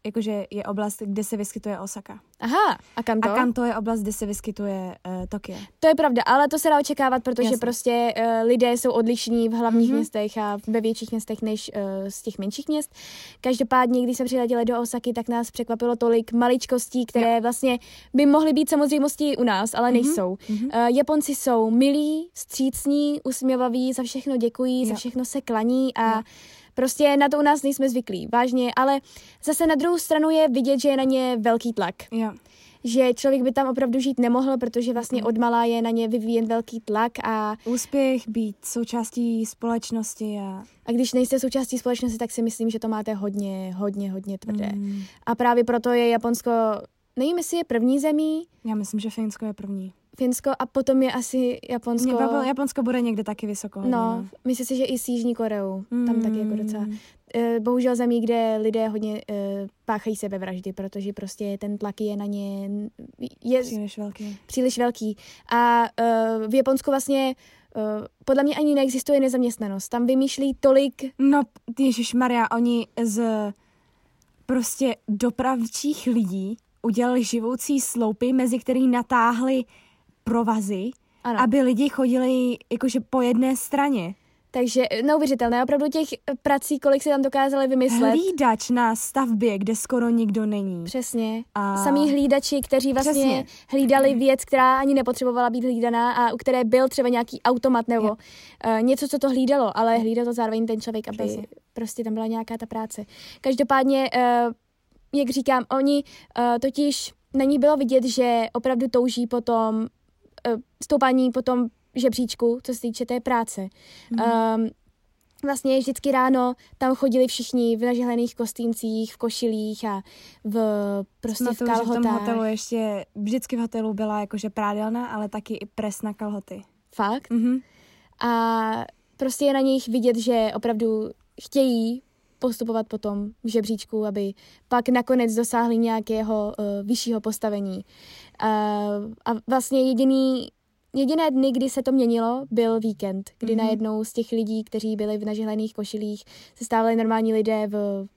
[SPEAKER 2] jakože je oblast, kde se vyskytuje Osaka.
[SPEAKER 1] Aha, a Kanto?
[SPEAKER 2] A Kanto je oblast, kde se vyskytuje Tokio.
[SPEAKER 1] To je pravda, ale to se dá očekávat, protože prostě lidé jsou odlišní v hlavních městech a ve větších městech než z těch menších měst. Každopádně, když jsme přiletěli do Osaky, tak nás překvapilo tolik maličkostí, které vlastně by mohly být samozřejmostí u nás, ale nejsou. Japonci jsou milí, vstřícní, usměvaví, za všechno děkují, za všechno se klaní a prostě na to u nás nejsme zvyklí, vážně, ale zase na druhou stranu je vidět, že je na ně velký tlak.
[SPEAKER 2] Jo.
[SPEAKER 1] Že člověk by tam opravdu žít nemohl, protože vlastně odmala je na ně vyvíjen velký tlak a...
[SPEAKER 2] Úspěch, být součástí společnosti
[SPEAKER 1] a když nejste součástí společnosti, tak si myslím, že to máte hodně tvrdé. A právě proto je Japonsko, nevím, jestli je první zemí.
[SPEAKER 2] Já myslím, že Finsko je první.
[SPEAKER 1] Finsko a potom je asi Japonsko.
[SPEAKER 2] Japonsko bude někde taky vysoko.
[SPEAKER 1] No, myslím si, že i s Jižní Koreou. Tam taky jako docela. Bohužel zemí, kde lidé hodně páchají sebevraždy, protože prostě ten tlak je na ně příliš velký. A v Japonsku vlastně podle mě ani neexistuje nezaměstnanost. Tam vymýšlí tolik...
[SPEAKER 2] No, ježišmarja, oni z prostě dopravčích lidí udělali živoucí sloupy, mezi který natáhli provazy, aby lidi chodili jakože po jedné straně.
[SPEAKER 1] Takže neuvěřitelné, opravdu těch prací, kolik si tam dokázali vymyslet.
[SPEAKER 2] Hlídač na stavbě, kde skoro nikdo není.
[SPEAKER 1] Přesně. Samí hlídači, kteří vlastně hlídali věc, která ani nepotřebovala být hlídaná a u které byl třeba nějaký automat nebo něco, co to hlídalo, ale hlídal to zároveň ten člověk, aby prostě tam byla nějaká ta práce. Každopádně, jak říkám, oni totiž na ní bylo vidět, že opravdu touží potom stoupání po tom žebříčku, co se týče té práce. Vlastně vždycky ráno tam chodili všichni v nažehlených kostýmcích, v košilích a prostě v kalhotách.
[SPEAKER 2] Že v tom hotelu ještě, vždycky v hotelu byla jakože prádelna, ale taky i pres na kalhoty.
[SPEAKER 1] Fakt? A prostě je na nich vidět, že opravdu chtějí postupovat potom v žebříčku, aby pak nakonec dosáhli nějakého vyššího postavení. A vlastně jediné dny, kdy se to měnilo, byl víkend, kdy najednou z těch lidí, kteří byli v nažehlených košilích, se stávali normální lidé v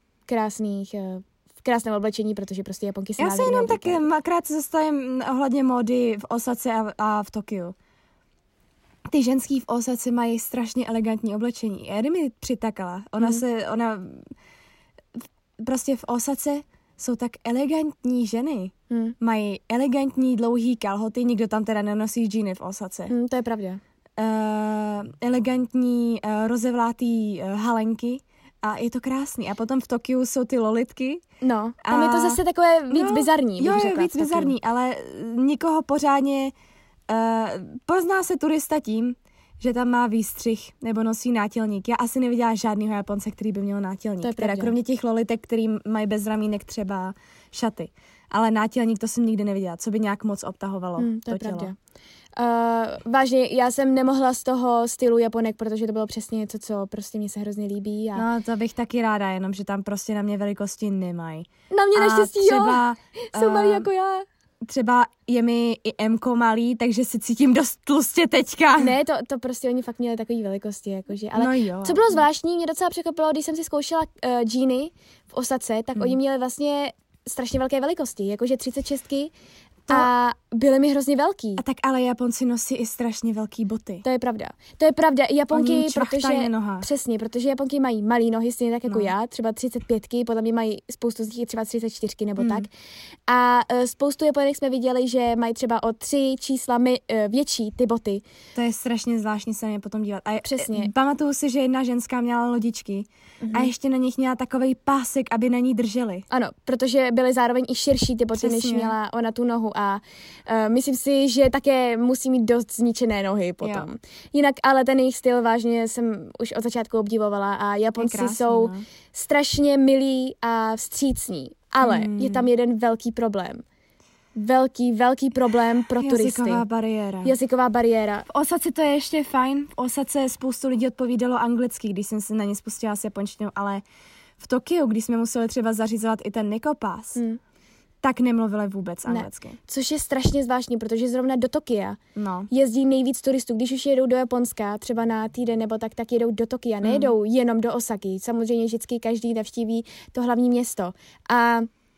[SPEAKER 1] krásném oblečení, protože prostě Japonky se
[SPEAKER 2] Já se jenom tak krátce zastavím ohledně módy v Osace a v Tokiu. Ty ženský v Osace mají strašně elegantní oblečení. Edy mi přitakala. Ona prostě v Osace jsou tak elegantní ženy. Mají elegantní dlouhý kalhoty, nikdo tam teda nenosí džíny v Osace.
[SPEAKER 1] To je pravda.
[SPEAKER 2] Elegantní rozevlátý halenky a je to krásný. A potom v Tokiu jsou ty lolitky.
[SPEAKER 1] No, tam je to zase takové víc bizarní.
[SPEAKER 2] Jo, je víc bizarní, ale nikoho pořádně pozná se turista tím, že tam má výstřih nebo nosí nátělník. Já asi neviděla žádnýho Japonce, který by měl nátělník. Teda kromě těch lolitek, který mají bez ramínek třeba šaty. Ale nátělník to jsem nikdy neviděla, co by nějak moc obtahovalo
[SPEAKER 1] to
[SPEAKER 2] tělo.
[SPEAKER 1] Pravda. Vážně, já jsem nemohla z toho stylu Japonek, protože to bylo přesně něco, co prostě mě se hrozně líbí.
[SPEAKER 2] No, to bych taky ráda, jenom že tam prostě na mě velikosti nemají.
[SPEAKER 1] Na mě naštěstí
[SPEAKER 2] třeba,
[SPEAKER 1] jsou malí jako já.
[SPEAKER 2] Třeba je mi i M-ko malý, takže si cítím dost tlustě teďka.
[SPEAKER 1] Ne, to prostě oni fakt měli takový velikosti, jakože. Ale
[SPEAKER 2] no jo.
[SPEAKER 1] Co bylo zvláštní, mě docela překvapilo, když jsem si zkoušela džíny v Osace, tak oni měli vlastně strašně velké velikosti, jakože 36 a byly mi hrozně velký.
[SPEAKER 2] A tak ale Japonci nosí i strašně velký boty.
[SPEAKER 1] To je pravda. Japonky, protože Japonky mají malý nohy, stejně tak jako já, třeba 35, podle mě mají spoustu z nich třeba 34 nebo tak. A spoustu Japonek jsme viděli, že mají třeba o 3 čísla větší ty boty.
[SPEAKER 2] To je strašně zvláštní se na ně potom dívat. A
[SPEAKER 1] přesně.
[SPEAKER 2] Pamatuju si, že jedna ženská měla lodičky a ještě na nich měla takovej pásek, aby na ní drželi.
[SPEAKER 1] Ano, protože byly zároveň i širší ty boty, než měla ona tu nohu a myslím si, že také musí mít dost zničené nohy potom. Jo. Jinak ale ten jejich styl vážně jsem už od začátku obdivovala a Japonci jsou strašně milí a vstřícní. Ale je tam jeden velký problém. Velký problém pro turisty. Jazyková bariéra.
[SPEAKER 2] V Osace to je ještě fajn. V Osace spoustu lidí odpovídalo anglicky, když jsem se na ně spustila s japonštinou, ale v Tokiu, když jsme museli třeba zařizovat i ten Nikopás, tak nemluvili vůbec anglicky.
[SPEAKER 1] Ne. Což je strašně zvláštní, protože zrovna do Tokia jezdí nejvíc turistů. Když už jedou do Japonska, třeba na týden nebo tak jedou do Tokia. Nejedou jenom do Osaky. Samozřejmě vždycky každý navštíví to hlavní město. A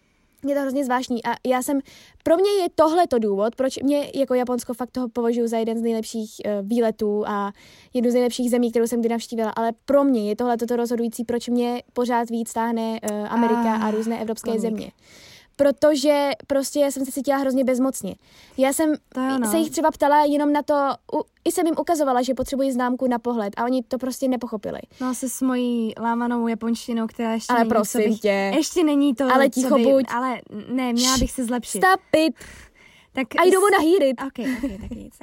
[SPEAKER 1] Je to hrozně zvláštní a pro mě je tohleto důvod, proč mě jako Japonsko fakt toho považuji za jeden z nejlepších výletů a jednu z nejlepších zemí, kterou jsem kdy navštívila, ale pro mě je tohleto to rozhodující, proč mě pořád víc táhne Amerika a různé evropské země. Protože prostě já jsem se cítila hrozně bezmocně. Já jsem se jich třeba ptala jenom na to, i jsem jim ukazovala, že potřebují známku na pohled a oni to prostě nepochopili.
[SPEAKER 2] No se s mojí lámanou japonštinou, která ještě
[SPEAKER 1] ale
[SPEAKER 2] není,
[SPEAKER 1] prosím tě.
[SPEAKER 2] Ještě není to,
[SPEAKER 1] ale ticho buď.
[SPEAKER 2] Ale ne, měla bych se zlepšit.
[SPEAKER 1] Stop it.
[SPEAKER 2] Tak
[SPEAKER 1] I don't wanna hear it.
[SPEAKER 2] Okay, tak nic.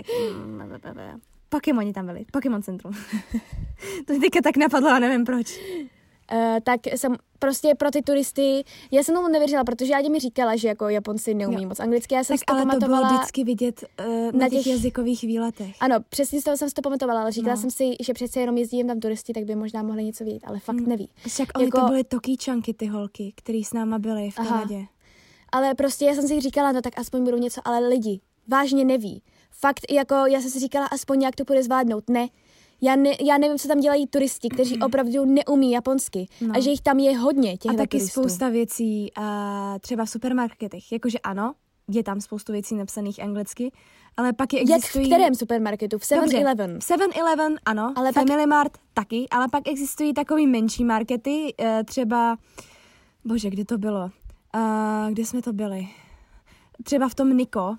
[SPEAKER 2] Pokémoni tam byli, Pokémon centrum. To mi teďka tak napadlo a nevím proč.
[SPEAKER 1] Tak jsem prostě pro ty turisty, já jsem tomu nevěřila, protože Ádě mi říkala, že jako Japonci neumí moc anglicky, já jsem
[SPEAKER 2] tak
[SPEAKER 1] si to
[SPEAKER 2] ale
[SPEAKER 1] pamatovala.
[SPEAKER 2] To bylo vždycky vidět na těch jazykových výletech.
[SPEAKER 1] Ano, přesně z toho jsem si to pamatovala, ale říkala jsem si, že přece jenom jezdí tam turisti, tak by možná mohli něco vědět, ale fakt neví.
[SPEAKER 2] Však to byly Tokíčanky, ty holky, který s náma byly v Kanadě.
[SPEAKER 1] Ale prostě já jsem si říkala, no tak aspoň budou něco, ale lidi vážně neví. Fakt jako já jsem si říkala, aspoň nějak to půjde zvládnout, ne. Já nevím, co tam dělají turisti, kteří opravdu neumí japonsky a že jich tam je hodně těch turistů. A taky
[SPEAKER 2] spousta věcí třeba v supermarketech, jakože ano, je tam spoustu věcí napsaných anglicky, ale pak je existují...
[SPEAKER 1] Jak v kterém supermarketu? V 7-Eleven?
[SPEAKER 2] V 7-Eleven, ano, ale Family Mart taky, ale pak existují takový menší markety, třeba, bože, kde to bylo? Kde jsme to byli? Třeba v tom Niko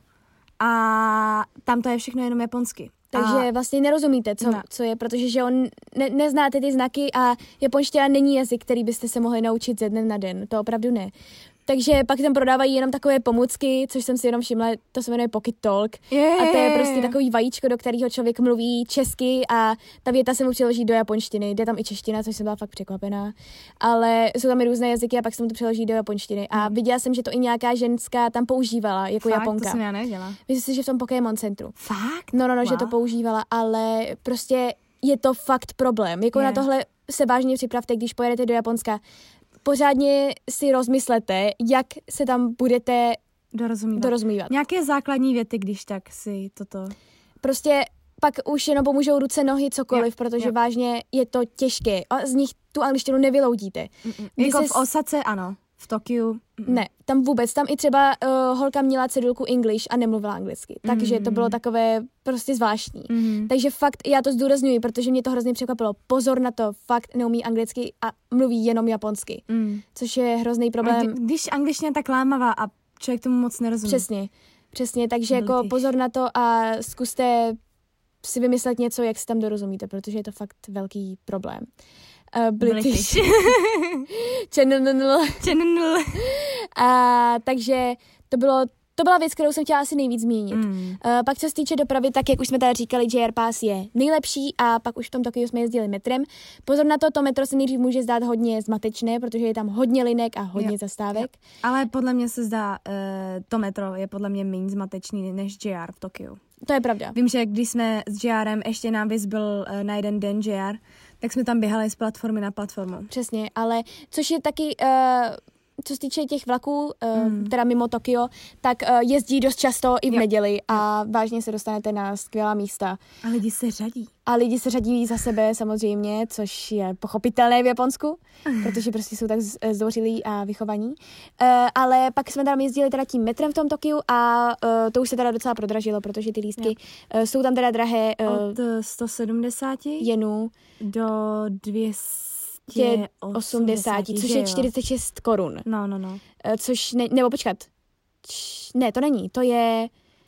[SPEAKER 2] a tam to je všechno jenom japonsky.
[SPEAKER 1] Takže vlastně nerozumíte, co je, protože že on neznáte ty znaky a japonština není jazyk, který byste se mohli naučit ze dne na den. To opravdu ne. Takže pak tam prodávají jenom takové pomůcky, což jsem si jenom všimla, to se jmenuje Pocket Talk. A to je prostě takový vajíčko, do kterého člověk mluví česky a ta věta se mu přeloží do japonštiny. Jde tam i čeština, což jsem byla fakt překvapená. Ale jsou tam i různé jazyky a pak se mu to přeloží do japonštiny. A viděla jsem, že to i nějaká ženská tam používala, jako
[SPEAKER 2] fakt?
[SPEAKER 1] Japonka.
[SPEAKER 2] To jsem já nevěděla.
[SPEAKER 1] Myslím si, že v tom Pokémon centru.
[SPEAKER 2] Fakt?
[SPEAKER 1] No, wow. Že to používala, ale prostě je to fakt problém. Jako na tohle se vážně připravte, když pojedete do Japonska. Pořádně si rozmyslete, jak se tam budete dorozumívat.
[SPEAKER 2] Nějaké základní věty, když tak si toto...
[SPEAKER 1] Prostě pak už jenom pomůžou ruce, nohy, cokoliv, protože vážně je to těžké. A z nich tu angličtinu nevyloudíte.
[SPEAKER 2] Jako v Osace, ano. V Tokiu.
[SPEAKER 1] Ne, tam vůbec. Tam i třeba holka měla cedulku English a nemluvila anglicky. Takže to bylo takové prostě zvláštní. Takže fakt já to zdůrazňuji, protože mě to hrozně překvapilo. Pozor na to, fakt neumí anglicky a mluví jenom japonsky. Což je hrozný problém.
[SPEAKER 2] Když angličtina tak lámavá a člověk tomu moc nerozumí.
[SPEAKER 1] Přesně. Takže jako pozor na to a zkuste si vymyslet něco, jak si tam dorozumíte, protože je to fakt velký problém. British. Channel. Takže to byla věc, kterou jsem chtěla asi nejvíc zmínit. Pak co se týče dopravy, tak jak už jsme tady říkali, JR Pass je nejlepší a pak už v tom Tokiu jsme jezdili metrem. Pozor na to metro se nejdřív může zdát hodně zmatečné, protože je tam hodně linek a hodně zastávek.
[SPEAKER 2] Ale podle mě se zdá, to metro je podle mě méně zmatečný než JR v Tokiu.
[SPEAKER 1] To je pravda.
[SPEAKER 2] Vím, že když jsme s JRem, ještě nám byl na jeden den JR, tak jsme tam běhali z platformy na platformu.
[SPEAKER 1] Přesně, ale což je taky... co se týče těch vlaků, teda mimo Tokio, tak jezdí dost často i v neděli a vážně se dostanete na skvělá místa.
[SPEAKER 2] A lidi se řadí.
[SPEAKER 1] A lidi se řadí za sebe samozřejmě, což je pochopitelné v Japonsku, protože prostě jsou tak zdvořilí a vychovaní. Ale pak jsme tam jezdili teda tím metrem v tom Tokiu a to už se teda docela prodražilo, protože ty lístky jsou tam teda drahé.
[SPEAKER 2] Od 170
[SPEAKER 1] jenů
[SPEAKER 2] do 280,
[SPEAKER 1] což je 46 korun.
[SPEAKER 2] No.
[SPEAKER 1] Což nebo počkat. Ne, to není, to je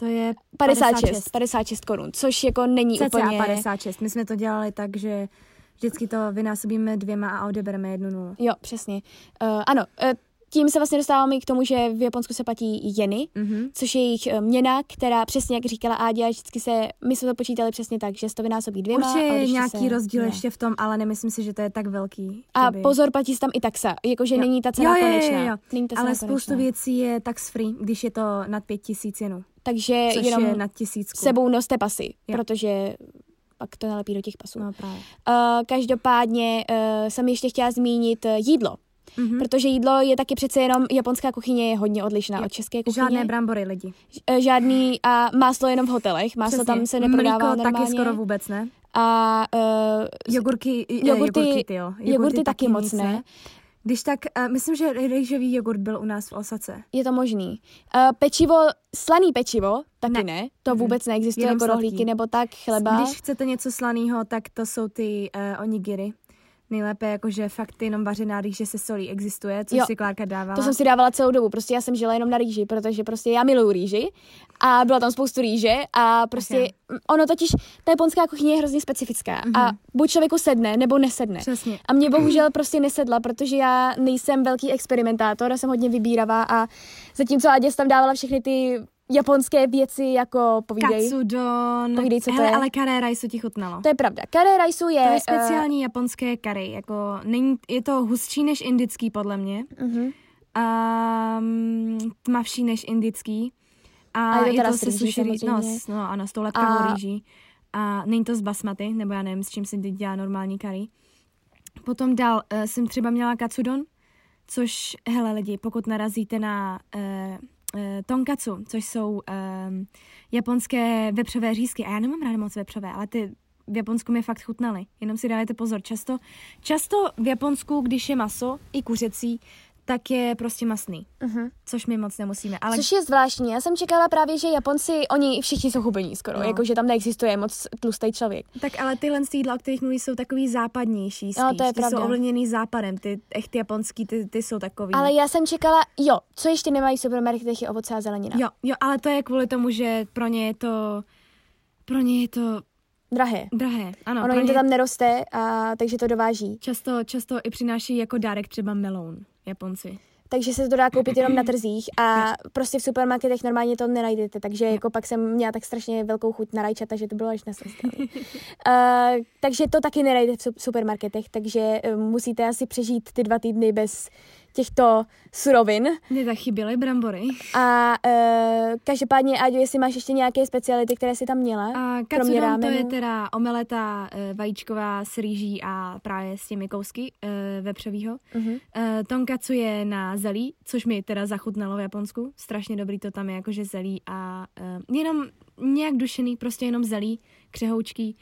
[SPEAKER 1] 56 korun, což jako není
[SPEAKER 2] cca
[SPEAKER 1] úplně...
[SPEAKER 2] 56, my jsme to dělali tak, že vždycky to vynásobíme 2 a odebereme 1 nulu.
[SPEAKER 1] Jo, přesně. Ano, tím se vlastně dostáváme k tomu, že v Japonsku se platí jeny, což je jejich měna, která přesně, jak říkala Áďa, vždycky my jsme to počítali přesně tak, že se to vynásobí 2.
[SPEAKER 2] Určitě je nějaký rozdíl ještě v tom, ale nemyslím si, že to je tak velký.
[SPEAKER 1] A pozor, platí se tam i taxa, jakože není ta cena konečná.
[SPEAKER 2] Jo. Ale spoustu věcí je tax free, když je to nad 5000 jenů.
[SPEAKER 1] Takže
[SPEAKER 2] což
[SPEAKER 1] jenom
[SPEAKER 2] je nad 1000.
[SPEAKER 1] Sebou noste pasy, protože pak to nalepí do těch pasů.
[SPEAKER 2] No, právě.
[SPEAKER 1] Každopádně jsem ještě chtěla zmínit jídlo. Protože jídlo je taky přece jenom, japonská kuchyně je hodně odlišná od české kuchyně.
[SPEAKER 2] Žádné brambory lidi.
[SPEAKER 1] Žádný a máslo jenom v hotelech. Máslo tam se neprodává normálně.
[SPEAKER 2] Taky skoro vůbec ne.
[SPEAKER 1] A
[SPEAKER 2] jogurty
[SPEAKER 1] taky moc ne.
[SPEAKER 2] Když tak, myslím, že rejžový jogurt byl u nás v Osace.
[SPEAKER 1] Je to možný. Slaný pečivo, taky ne. To vůbec neexistuje, jako rohlíky nebo tak, chleba.
[SPEAKER 2] Když chcete něco slaného, tak to jsou ty onigiri. Nejlépe jakože fakt jenom vařená rýže se solí existuje, což si Klárka dávala.
[SPEAKER 1] To jsem si dávala celou dobu, prostě já jsem žila jenom na rýži, protože prostě já miluju rýži a byla tam spoustu rýže a prostě ono totiž, ta japonská kuchyně je hrozně specifická a buď člověku sedne, nebo nesedne.
[SPEAKER 2] Přesně.
[SPEAKER 1] A mě bohužel prostě nesedla, protože já nejsem velký experimentátor a jsem hodně vybíravá a zatímco Aděs tam dávala všechny ty japonské věci, jako povídej.
[SPEAKER 2] Katsudon.
[SPEAKER 1] Povídej, co to je.
[SPEAKER 2] Ale curry rice ti chutnalo.
[SPEAKER 1] To je pravda. Curry rice je...
[SPEAKER 2] To je speciální japonské curry. Jako, je to hustší než indický, podle mě. Tmavší než indický. A je to se sushi, ano, s tou lepkavou rýží. A není to z basmati, nebo já nevím, s čím se teď dělá normální curry. Potom dál jsem třeba měla katsudon, což, hele lidi, pokud narazíte na... tonkatsu, což jsou japonské vepřové řízky. A já nemám ráda moc vepřové, ale ty v Japonsku mi fakt chutnaly. Jenom si dávajte pozor. Často v Japonsku, když je maso, i kuřecí, tak je prostě masný. Což my moc nemusíme. Ale...
[SPEAKER 1] Což je zvláštní. Já jsem čekala právě, že Japonci, oni všichni jsou chubení skoro, jakože tam neexistuje moc tlustý člověk.
[SPEAKER 2] Tak ale tyhle jídla, o kterých mluví, jsou takový západnější spíš.
[SPEAKER 1] No, to je
[SPEAKER 2] ty
[SPEAKER 1] pravda.
[SPEAKER 2] jsou ovlivněný západem, ty echt japonský, ty jsou takový.
[SPEAKER 1] Ale já jsem čekala, co ještě nemají v supermarketech je ovoce a zelenina.
[SPEAKER 2] Jo, ale to je kvůli tomu, že pro ně je to
[SPEAKER 1] drahé,
[SPEAKER 2] ano.
[SPEAKER 1] Ono jim to tam neroste, takže to dováží.
[SPEAKER 2] Často i přináší jako dárek třeba meloun Japonci.
[SPEAKER 1] Takže se to dá koupit jenom na trzích a prostě v supermarketech normálně to nenajdete, takže jako pak jsem měla tak strašně velkou chuť na rajčata, že to bylo až na stranu. Takže to taky nenajdete v supermarketech, takže musíte asi přežít ty 2 týdny bez těchto surovin.
[SPEAKER 2] Mně tak chyběly brambory.
[SPEAKER 1] A každopádně, Áďo, jestli máš ještě nějaké speciality, které jsi tam měla?
[SPEAKER 2] Katsudon to je teda omeleta vajíčková s rýží a právě s těmi kousky vepřovýho. Tonkatsu je na zelí, což mi teda zachutnalo v Japonsku. Strašně dobrý to tam je, jakože zelí a jenom nějak dušený, prostě jenom zelí, křehoučký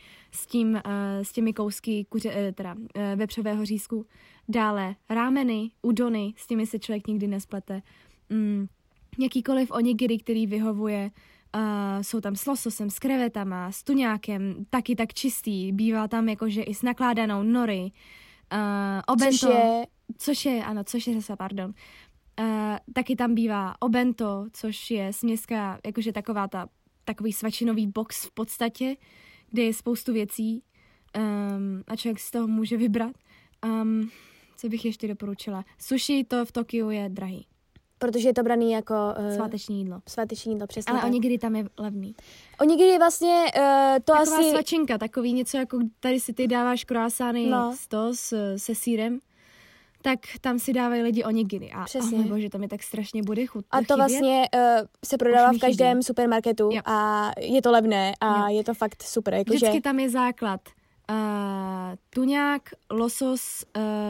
[SPEAKER 2] s těmi kousky vepřového řízku. Dále rámeny, udony, s těmi se člověk nikdy nesplete. Jakýkoliv onigiri, který vyhovuje, jsou tam s lososem, s krevetama, s tuňákem, taky tak čistý. Bývá tam jakože i s nakládanou nori, obento, což je pardon. Taky tam bývá obento, což je směska, jakože takový svačinový box v podstatě, kde je spoustu věcí a člověk si z toho může vybrat. Co bych ještě doporučila? Sushi to v Tokiu je drahý.
[SPEAKER 1] Protože je to braný jako...
[SPEAKER 2] sváteční jídlo.
[SPEAKER 1] Sváteční jídlo, přesně.
[SPEAKER 2] Ale
[SPEAKER 1] tak.
[SPEAKER 2] onigiri tam je levný.
[SPEAKER 1] Onigiri vlastně to
[SPEAKER 2] taková
[SPEAKER 1] asi...
[SPEAKER 2] Taková svačinka, takový něco jako tady si ty dáváš croissány se sýrem, tak tam si dávají lidi onigiri. A bože, to mi tak strašně bude chybět.
[SPEAKER 1] A to vlastně se prodává v každém supermarketu a je to levné a je to fakt super.
[SPEAKER 2] Vždycky tam je základ. Tuňák, losos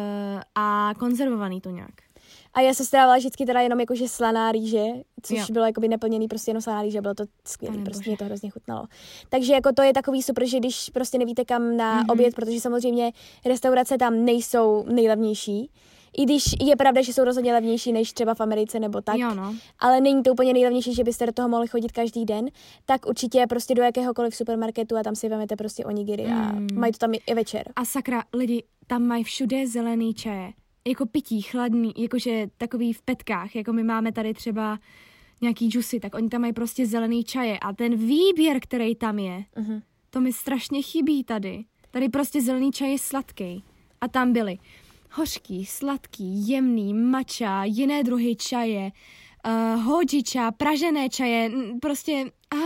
[SPEAKER 2] a konzervovaný tuňák.
[SPEAKER 1] A já se strávala vždycky teda jenom jakože slaná rýže, což bylo jakoby neplněný prostě jenom slaná rýže, bylo to skvělé, prostě mě to hrozně chutnalo. Takže jako to je takový super, že když prostě nevíte kam na oběd, protože samozřejmě restaurace tam nejsou nejlevnější, i když je pravda, že jsou rozhodně levnější než třeba v Americe nebo tak, ale není to úplně nejlevnější, že byste do toho mohli chodit každý den, tak určitě prostě do jakéhokoliv supermarketu a tam si vemete prostě onigiri a mají to tam i večer.
[SPEAKER 2] A sakra, lidi, tam mají všude zelený čaje. Jako pití, chladný, jakože takový v petkách, jako my máme tady třeba nějaký džusy, tak oni tam mají prostě zelený čaje a ten výběr, který tam je, to mi strašně chybí tady. Tady prostě zelený čaj je sladký. A tam byly hořký, sladký, jemný, matcha, jiné druhy čaje, hojiča, pražené čaje, prostě...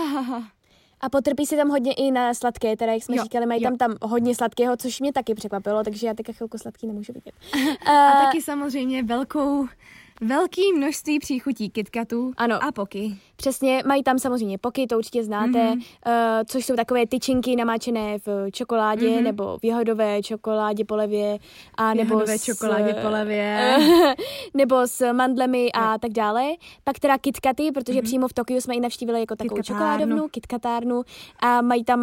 [SPEAKER 1] A potrpí si tam hodně i na sladké, teda jak jsme říkali, mají tam hodně sladkého, což mě taky překvapilo, takže já teďka chvilku sladký nemůžu vidět.
[SPEAKER 2] A taky samozřejmě velký množství příchutí KitKatů a Poky.
[SPEAKER 1] Přesně, mají tam samozřejmě Poky, to určitě znáte, což jsou takové tyčinky namáčené v čokoládě nebo v jahodové čokoládě polevě a nebo
[SPEAKER 2] čokoládě polevě
[SPEAKER 1] nebo s mandlemi a tak dále. Pak teda KitKaty, protože přímo v Tokiu jsme ji navštívili jako takovou čokoládovnu, KitKatárnu a mají tam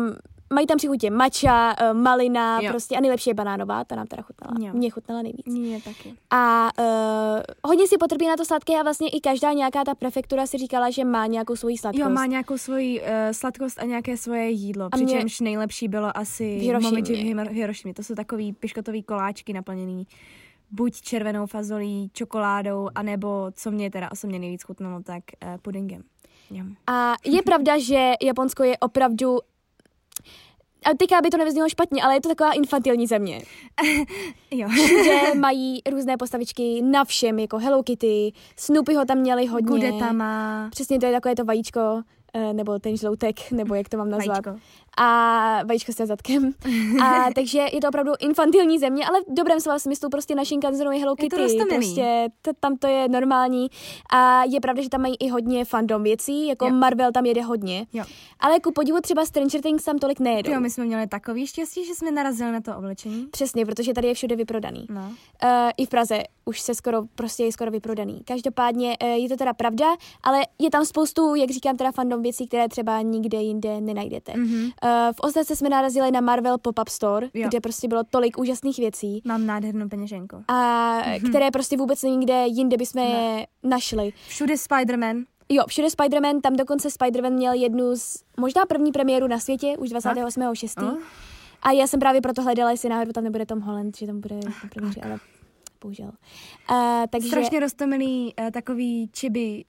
[SPEAKER 1] mají tam při chutě matcha, malina, prostě a nejlepší je banánová, ta nám teda chutnala. Jo. Mě chutnala nejvíc.
[SPEAKER 2] Mně taky.
[SPEAKER 1] A hodně si potrpí na to sladké a vlastně i každá nějaká ta prefektura si říkala, že má nějakou svoji sladkost.
[SPEAKER 2] Jo, má nějakou svoji sladkost a nějaké svoje jídlo, přičemž nejlepší bylo asi v Hirošimě. To jsou takový piškotový koláčky naplněný buď červenou fazolí, čokoládou, anebo, co mě teda osobně nejvíc chutnalo, tak pudingem.
[SPEAKER 1] A je pravda, že Japonsko je opravdu, a teďka by to nevyznělo špatně, ale je to taková infantilní země.
[SPEAKER 2] Jo.
[SPEAKER 1] Všude mají různé postavičky na všem, jako Hello Kitty, Snoopyho tam měli hodně.
[SPEAKER 2] Gudetama.
[SPEAKER 1] Přesně, to je takové to vajíčko, nebo ten žloutek, nebo jak to mám nazvat.
[SPEAKER 2] Vajíčko.
[SPEAKER 1] A vajíčko se zadkem. A takže je to opravdu infantilní země, ale v dobrém slova smyslu prostě na Shinkansenu je Hello Kitty.
[SPEAKER 2] Je to
[SPEAKER 1] prostě tam to je normální. A je pravda, že tam mají i hodně fandom věcí, jako Marvel tam jede hodně.
[SPEAKER 2] Jo.
[SPEAKER 1] Ale ku podivu třeba Stranger Things tam tolik nejedou.
[SPEAKER 2] Jo, my jsme měli takový štěstí, že jsme narazili na to oblečení.
[SPEAKER 1] Přesně, protože tady je všude vyprodaný.
[SPEAKER 2] No.
[SPEAKER 1] I v Praze už se je skoro vyprodaný. Každopádně je to teda pravda, ale je tam spoustu, jak říkám, teda fandom věcí, které třeba nikde jinde nenajdete.
[SPEAKER 2] Mm-hmm.
[SPEAKER 1] V Ostrace jsme narazili na Marvel Pop-up Store, kde prostě bylo tolik úžasných věcí.
[SPEAKER 2] Mám nádhernou peněženku.
[SPEAKER 1] A které prostě vůbec nikde jinde bychom je našli.
[SPEAKER 2] Všude Spider-Man.
[SPEAKER 1] Jo, všude Spider-Man, tam dokonce Spider-Man měl jednu z, možná první premiéru na světě, už 28.6. A já jsem právě proto hledala, jestli náhodou tam nebude Tom Holland, že tam bude první, ale bohužel. Takže...
[SPEAKER 2] Strašně roztomilý takový chibi,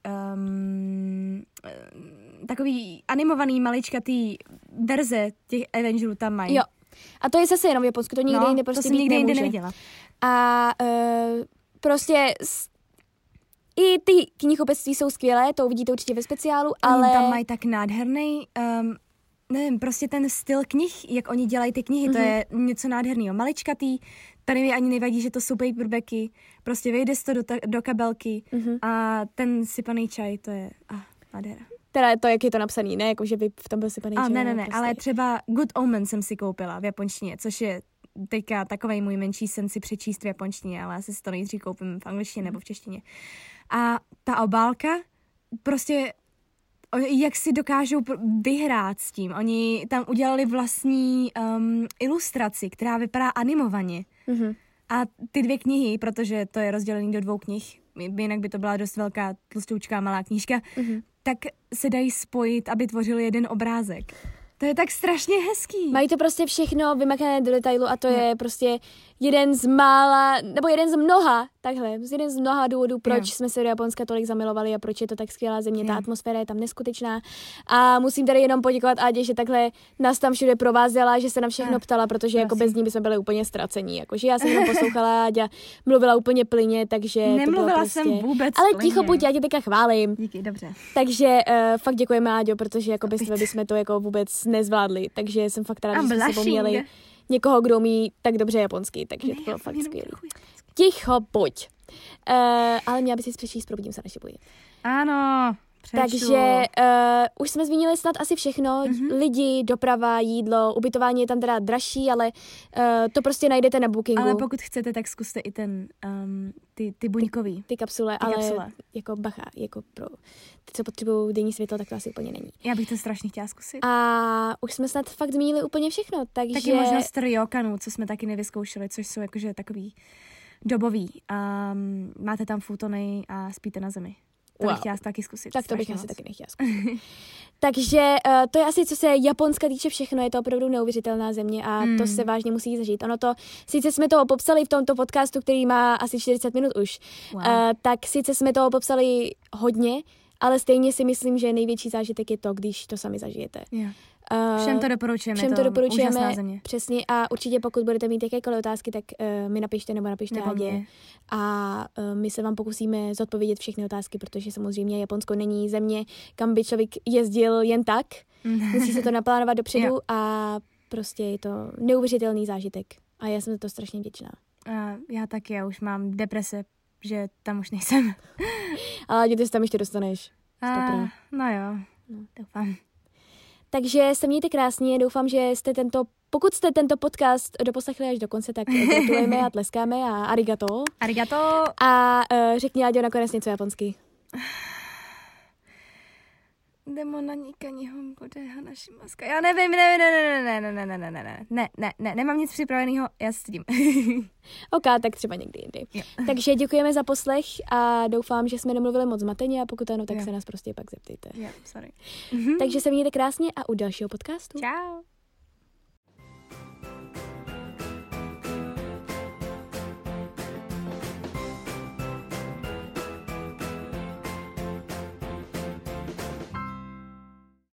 [SPEAKER 2] takový animovaný maličkatý verze těch Avengerů tam mají.
[SPEAKER 1] Jo. A to je zase jenom v Japonsku, to nikde jinde prostě
[SPEAKER 2] to jsem nikde jinde neviděla.
[SPEAKER 1] A prostě i ty knihkupectví jsou skvělé, to uvidíte určitě ve speciálu, ale...
[SPEAKER 2] Oni tam mají tak nádherný, nevím, prostě ten styl knih, jak oni dělají ty knihy, to je něco nádherného. Maličkatý, tady mi ani nevadí, že to jsou paperbacky, prostě vejde to do kabelky a ten sypaný čaj, to je nádhera.
[SPEAKER 1] Teda to, jak je to napsaný, ne? Jako, že by v tom byl sypaný čaj.
[SPEAKER 2] Ne,
[SPEAKER 1] prostě.
[SPEAKER 2] ale třeba Good Omen jsem si koupila v japonštině, což je teďka takovej můj menší sen si přečíst v japonštině, ale asi si to nejdřív koupím v angličtině nebo v češtině. A ta obálka, prostě jak si dokážou vyhrát s tím. Oni tam udělali vlastní ilustraci, která vypadá animovaně. A ty 2 knihy, protože to je rozdělený do 2 knih, jinak by to byla dost velká, tlustoučká, malá knížka, tak se dají spojit, aby tvořili jeden obrázek. To je tak strašně hezký.
[SPEAKER 1] Mají to prostě všechno vymakané do detailu a to je prostě jeden z mála, nebo jeden z mnoha, jeden z mnoha důvodů, proč jsme se do Japonska tolik zamilovali a proč je to tak skvělá země. Ta atmosféra je tam neskutečná a musím tady jenom poděkovat Ádě, že takhle nás tam všude provázela, že se na všechno ptala, protože jako bez ní bychom byli úplně ztracení. Jakože já jsem jenom poslouchala, Áďa mluvila úplně plyně, takže
[SPEAKER 2] nemluvila
[SPEAKER 1] to bylo prostě...
[SPEAKER 2] jsem vůbec
[SPEAKER 1] ale
[SPEAKER 2] plyně.
[SPEAKER 1] ticho buď, já tě teďka chválím.
[SPEAKER 2] Díky, dobře.
[SPEAKER 1] Takže fakt děkujeme, Áďo, protože jako bez tebe bychom to jako vůbec nezvládli, takže jsem fakt ráda, že jsme sebou měli někoho, kdo umí tak dobře japonsky, takže to bylo fakt skvělé. Ticho, pojď. Ale měla by si přečíst, probudím se, než bojí.
[SPEAKER 2] Ano, přečtu.
[SPEAKER 1] Takže už jsme zmínili snad asi všechno. Lidi, doprava, jídlo, ubytování je tam teda dražší, ale to prostě najdete na Bookingu.
[SPEAKER 2] Ale pokud chcete, tak zkuste i ten, ty buňkový.
[SPEAKER 1] Ty kapsule, ale jako bacha, jako pro ty, co potřebují denní světlo, tak to asi úplně není.
[SPEAKER 2] Já bych to strašně chtěla zkusit.
[SPEAKER 1] A už jsme snad fakt zmínili úplně všechno, takže...
[SPEAKER 2] Taky možnost ryokanů, co jsme taky nevyzkoušeli, což jsou jakože takový dobový. Máte tam futony a spíte na zemi. To bych chtěla taky zkusit.
[SPEAKER 1] Tak to bych asi taky nechtěla zkusit. Takže to je asi, co se Japonska týče všechno, je to opravdu neuvěřitelná země a to se vážně musí zažít. Ono to, sice jsme to popsali v tomto podcastu, který má asi 40 minut už, tak sice jsme to popsali hodně, ale stejně si myslím, že největší zážitek je to, když to sami zažijete.
[SPEAKER 2] Yeah. Všem to doporučujeme.
[SPEAKER 1] Všem to doporučujeme,
[SPEAKER 2] úžasná země.
[SPEAKER 1] Přesně. A určitě pokud budete mít jakékoliv otázky, tak mi napište nebo napište Ádě. A my se vám pokusíme zodpovědět všechny otázky, protože samozřejmě Japonsko není země, kam by člověk jezdil jen tak. Musí se to naplánovat dopředu a prostě je to neuvěřitelný zážitek. A já jsem za to strašně vděčná.
[SPEAKER 2] Já taky, já už mám deprese, že tam už nejsem.
[SPEAKER 1] Ale ty se tam ještě dostaneš.
[SPEAKER 2] No jo, doufám.
[SPEAKER 1] Takže se mějte krásně, doufám, že pokud jste tento podcast doposlechli až do konce, tak gratulujeme a tleskáme a arigato.
[SPEAKER 2] Arigato.
[SPEAKER 1] A řekni, Áďo, nakonec něco japonsky.
[SPEAKER 2] Demonanikanního bude Hana Šimanska. Já nevím, ne, nemám nic připraveného, já se stydím.
[SPEAKER 1] OK, tak třeba někdy jindy. Takže děkujeme za poslech a doufám, že jsme nemluvili moc zmateně a pokud ano, tak se nás prostě pak zeptejte.
[SPEAKER 2] Sorry.
[SPEAKER 1] Takže se mějte krásně a u dalšího podcastu.
[SPEAKER 2] Čau.